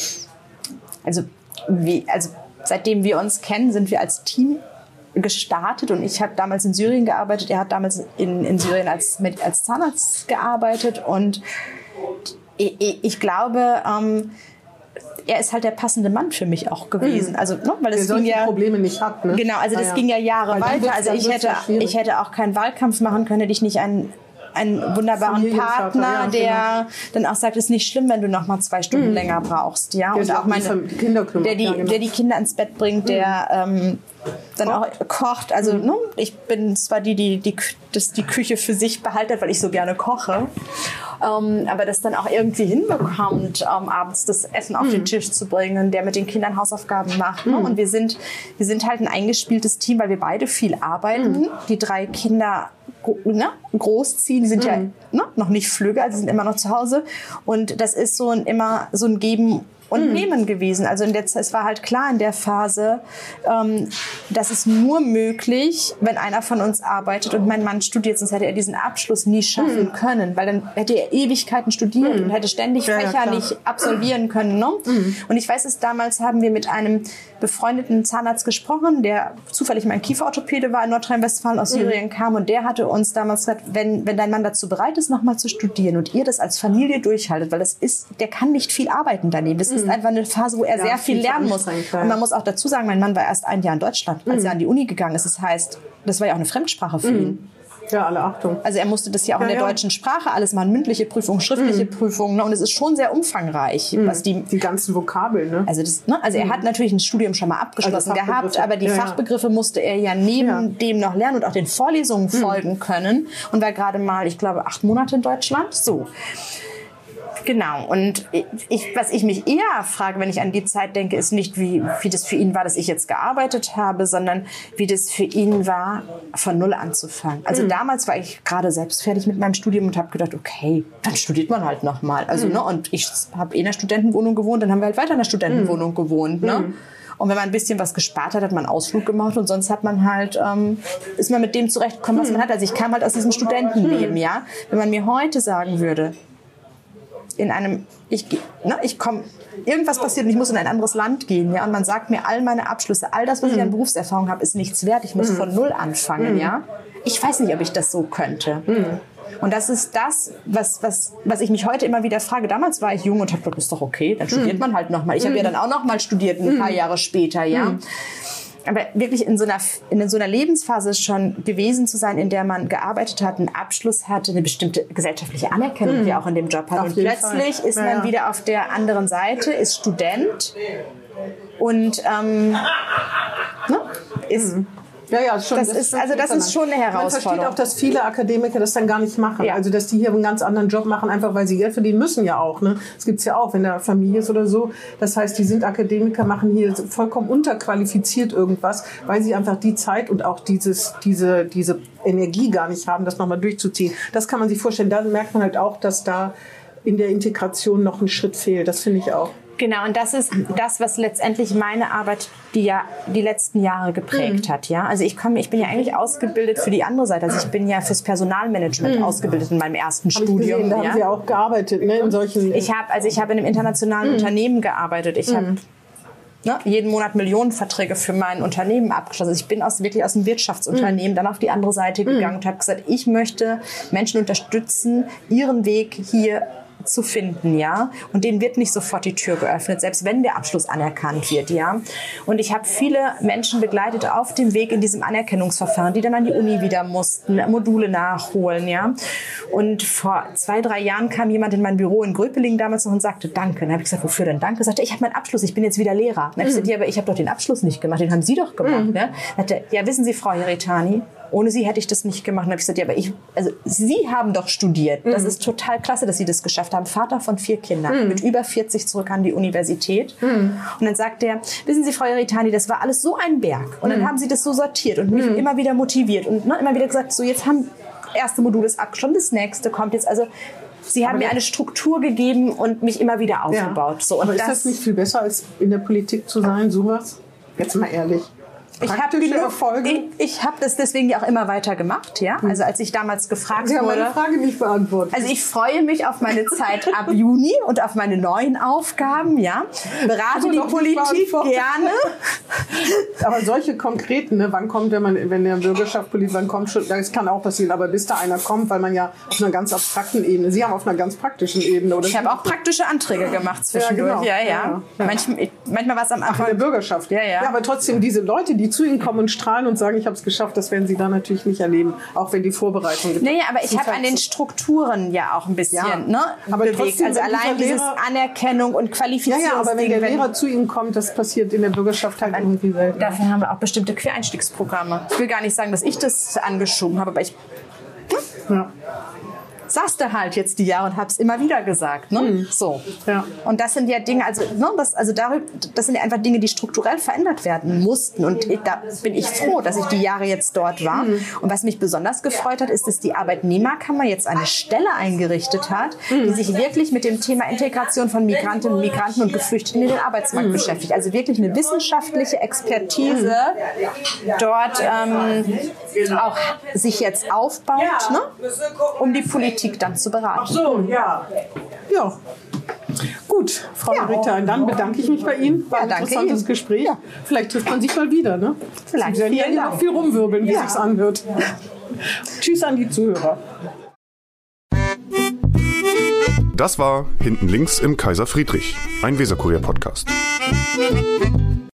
Also, wie, also seitdem wir uns kennen, sind wir als Team gestartet und ich habe damals in Syrien gearbeitet. Er hat damals in, in Syrien als, als Zahnarzt gearbeitet und ich, ich, ich glaube, ähm, er ist halt der passende Mann für mich auch gewesen. Mhm. Also, ne, weil es der ging solche ja Probleme nicht hat. Ne? Genau, also das ah, ja. ging ja Jahre weil weiter. Also ich hätte, ich hätte auch keinen Wahlkampf machen können, hätte ich nicht einen einen wunderbaren Partner, ja, der genau. dann auch sagt, es ist nicht schlimm, wenn du noch mal zwei Stunden mhm. länger brauchst, ja, der und auch meine, die Kinder kümmert, der die, ja, genau. der die Kinder ins Bett bringt, der ähm, dann auch kocht. Also mhm. ne, ich bin zwar die, die die das die Küche für sich behalten, weil ich so gerne koche, ähm, aber das dann auch irgendwie hinbekommt, ähm, abends das Essen auf mhm. den Tisch zu bringen, der mit den Kindern Hausaufgaben macht. Mhm. Ne? Und wir sind wir sind halt ein eingespieltes Team, weil wir beide viel arbeiten. Mhm. Die drei Kinder Ne, großziehen, die sind mhm. ja ne, noch nicht Flügge, also sind immer noch zu Hause und das ist so ein, immer so ein Geben und mhm. Nehmen gewesen. Also in der, es war halt klar in der Phase, ähm, dass es nur möglich, wenn einer von uns arbeitet und mein Mann studiert, sonst hätte er diesen Abschluss nie schaffen mhm. können, weil dann hätte er Ewigkeiten studiert mhm. und hätte ständig ja, Fächer ja, nicht absolvieren können. Ne? Mhm. Und ich weiß es, damals haben wir mit einem befreundeten Zahnarzt gesprochen, der zufällig mein Kieferorthopäde war in Nordrhein-Westfalen, aus Syrien mhm. kam und der hatte uns damals gesagt, wenn, wenn dein Mann dazu bereit ist, nochmal zu studieren und ihr das als Familie durchhaltet, weil das ist, der kann nicht viel arbeiten daneben. Das mhm. ist einfach eine Phase, wo er ja, sehr viel lernen muss. Und man muss auch dazu sagen, mein Mann war erst ein Jahr in Deutschland, als mhm. er an die Uni gegangen ist. Das heißt, das war ja auch eine Fremdsprache für mhm. ihn. Ja, alle Achtung. Also er musste das ja auch ja, in der ja. deutschen Sprache alles machen, mündliche Prüfung, schriftliche mhm. Prüfung, ne? Und es ist schon sehr umfangreich, mhm. was die die ganzen Vokabeln, ne? Also das, ne? Also mhm. er hat natürlich ein Studium schon mal abgeschlossen also gehabt, aber die ja, Fachbegriffe musste er ja neben ja. dem noch lernen und auch den Vorlesungen mhm. folgen können und war gerade mal, ich glaube, acht Monate in Deutschland. So. Genau. Und ich, was ich mich eher frage, wenn ich an die Zeit denke, ist nicht, wie, wie das für ihn war, dass ich jetzt gearbeitet habe, sondern wie das für ihn war, von Null anzufangen. Also mhm. damals war ich gerade selbst fertig mit meinem Studium und habe gedacht, okay, dann studiert man halt nochmal. Also, mhm. ne, und ich habe eh in einer Studentenwohnung gewohnt, dann haben wir halt weiter in einer Studentenwohnung mhm. gewohnt. Ne? Mhm. Und wenn man ein bisschen was gespart hat, hat man einen Ausflug gemacht und sonst hat man halt, ähm, ist man mit dem zurechtgekommen, was man hat. Also ich kam halt aus diesem Studentenleben, ja. Wenn man mir heute sagen würde, in einem, ich, ne, ich komme, irgendwas passiert und ich muss in ein anderes Land gehen, ja, und man sagt mir, all meine Abschlüsse, all das, was mhm. ich an Berufserfahrung habe, ist nichts wert, ich muss mhm. von Null anfangen, mhm. ja. Ich weiß nicht, ob ich das so könnte. Mhm. Und das ist das, was, was, was ich mich heute immer wieder frage. Damals war ich jung und habe gedacht, ist doch okay, dann studiert mhm. man halt nochmal. Ich mhm. habe ja dann auch nochmal studiert, ein mhm. paar Jahre später, ja. Mhm. Aber wirklich in so einer, in so einer Lebensphase schon gewesen zu sein, in der man gearbeitet hat, einen Abschluss hatte, eine bestimmte gesellschaftliche Anerkennung, die mhm. auch in dem Job hat. Auf und plötzlich Fall. ist man ja. wieder auf der anderen Seite, ist Student und ähm, ne, ist... Mhm. Ja, ja, schon, das, das ist, also das ist schon eine Herausforderung. Man versteht auch, dass viele Akademiker das dann gar nicht machen. Ja. Also, dass die hier einen ganz anderen Job machen, einfach weil sie Geld verdienen müssen ja auch. Ne? Das gibt's ja auch, wenn da Familie ist oder so. Das heißt, die sind Akademiker, machen hier vollkommen unterqualifiziert irgendwas, weil sie einfach die Zeit und auch dieses, diese, diese Energie gar nicht haben, das nochmal durchzuziehen. Das kann man sich vorstellen. Da merkt man halt auch, dass da in der Integration noch ein Schritt fehlt. Das finde ich auch. Genau, und das ist das, was letztendlich meine Arbeit die ja die letzten Jahre geprägt mhm. hat. Ja? Also ich komme, ich bin ja eigentlich ausgebildet für die andere Seite. Also ich bin ja fürs Personalmanagement mhm. ausgebildet in meinem ersten hab Studium. Ich gesehen, da ja? haben Sie auch gearbeitet, ne? In solchen. Ich habe, also ich habe in einem internationalen mhm. Unternehmen gearbeitet. Ich mhm. habe ne, jeden Monat Millionenverträge für mein Unternehmen abgeschlossen. Also ich bin aus, wirklich aus dem Wirtschaftsunternehmen mhm. dann auf die andere Seite gegangen mhm. und habe gesagt, ich möchte Menschen unterstützen, ihren Weg hier zu finden, ja. Und denen wird nicht sofort die Tür geöffnet, selbst wenn der Abschluss anerkannt wird, ja. Und ich habe viele Menschen begleitet auf dem Weg in diesem Anerkennungsverfahren, die dann an die Uni wieder mussten, Module nachholen, ja. Und vor zwei, drei Jahren kam jemand in mein Büro in Gröpeling damals noch und sagte, danke. Dann habe ich gesagt, wofür denn danke? Sagte, ich habe meinen Abschluss, ich bin jetzt wieder Lehrer. Dann habe ich gesagt, ja, aber ich habe doch den Abschluss nicht gemacht, den haben Sie doch gemacht, mhm. ne? Sagte, ja, wissen Sie, Frau Heritani, ohne Sie hätte ich das nicht gemacht. Und habe ich gesagt, ja, aber ich, also Sie haben doch studiert. Das mhm. ist total klasse, dass Sie das geschafft haben. Vater von vier Kindern, mhm. mit über vierzig zurück an die Universität. Mhm. Und dann sagt er, wissen Sie, Frau Heritani, das war alles so ein Berg. Und dann mhm. haben Sie das so sortiert und mich mhm. immer wieder motiviert und ne, immer wieder gesagt, so jetzt haben erste Modul ist abgeschlossen, das nächste kommt jetzt. Also Sie haben aber mir eine Struktur gegeben und mich immer wieder aufgebaut. Ja. So, und aber ist das, das nicht viel besser, als in der Politik zu sein, sowas? Jetzt mal ehrlich. Ich habe ich, ich hab das deswegen ja auch immer weiter gemacht, ja. Also als ich damals gefragt Sie haben wurde. meine Frage nicht beantwortet. Also ich freue mich auf meine Zeit ab Juni und auf meine neuen Aufgaben, ja. Berate die Politik gerne. Aber solche konkreten, ne, wann kommt, wenn man, wenn der Bürgerschaft Politik, wann kommt schon, das kann auch passieren, aber bis da einer kommt, weil man ja auf einer ganz abstrakten Ebene, Sie haben auf einer ganz praktischen Ebene, oder? Ich habe auch praktische Anträge gemacht zwischendurch, ja, genau. ja, ja. ja, ja. Manchmal, manchmal war es am Anfang. Ach, in der Bürgerschaft. Ja, ja. Ja, aber trotzdem diese Leute, die zu Ihnen kommen und strahlen und sagen, ich habe es geschafft, das werden Sie da natürlich nicht erleben, auch wenn die Vorbereitung gibt. Naja, aber ich habe an den Strukturen ja auch ein bisschen ja, ne, aber bewegt. Trotzdem, also allein dieses Lehrer, Anerkennung und Qualifizierung. Ja, ja, aber wenn der Lehrer zu Ihnen kommt, das passiert in der Bürgerschaft halt irgendwie selten. Dafür haben wir auch bestimmte Quereinstiegsprogramme. Ich will gar nicht sagen, dass ich das angeschoben habe, aber ich hm? ja. saß da halt jetzt die Jahre und habe es immer wieder gesagt. Ne? Mhm. So. Ja. Und das sind ja Dinge, also, ne, das, also darüber, das sind ja einfach Dinge, die strukturell verändert werden mussten. Und ich, da bin ich froh, dass ich die Jahre jetzt dort war. Mhm. Und was mich besonders gefreut hat, ist, dass die Arbeitnehmerkammer jetzt eine Stelle eingerichtet hat, mhm. die sich wirklich mit dem Thema Integration von Migrantinnen, Migranten und Geflüchteten in den Arbeitsmarkt mhm. beschäftigt. Also wirklich eine wissenschaftliche Expertise mhm. dort ähm, auch sich jetzt aufbaut, ne, um die Politik dann zu beraten. Ach so, ja. Ja. Gut, Frau ja. Ritter, dann bedanke ich mich bei Ihnen. War ja, ein interessantes Ihnen. Gespräch. Ja. Vielleicht trifft man sich mal wieder, ne? Vielleicht. Sie werden ja noch viel rumwirbeln, wie ja. sich's anhört. Tschüss an die Zuhörer. Das war Hinten links im Kaiser Friedrich, ein Weserkurier-Podcast.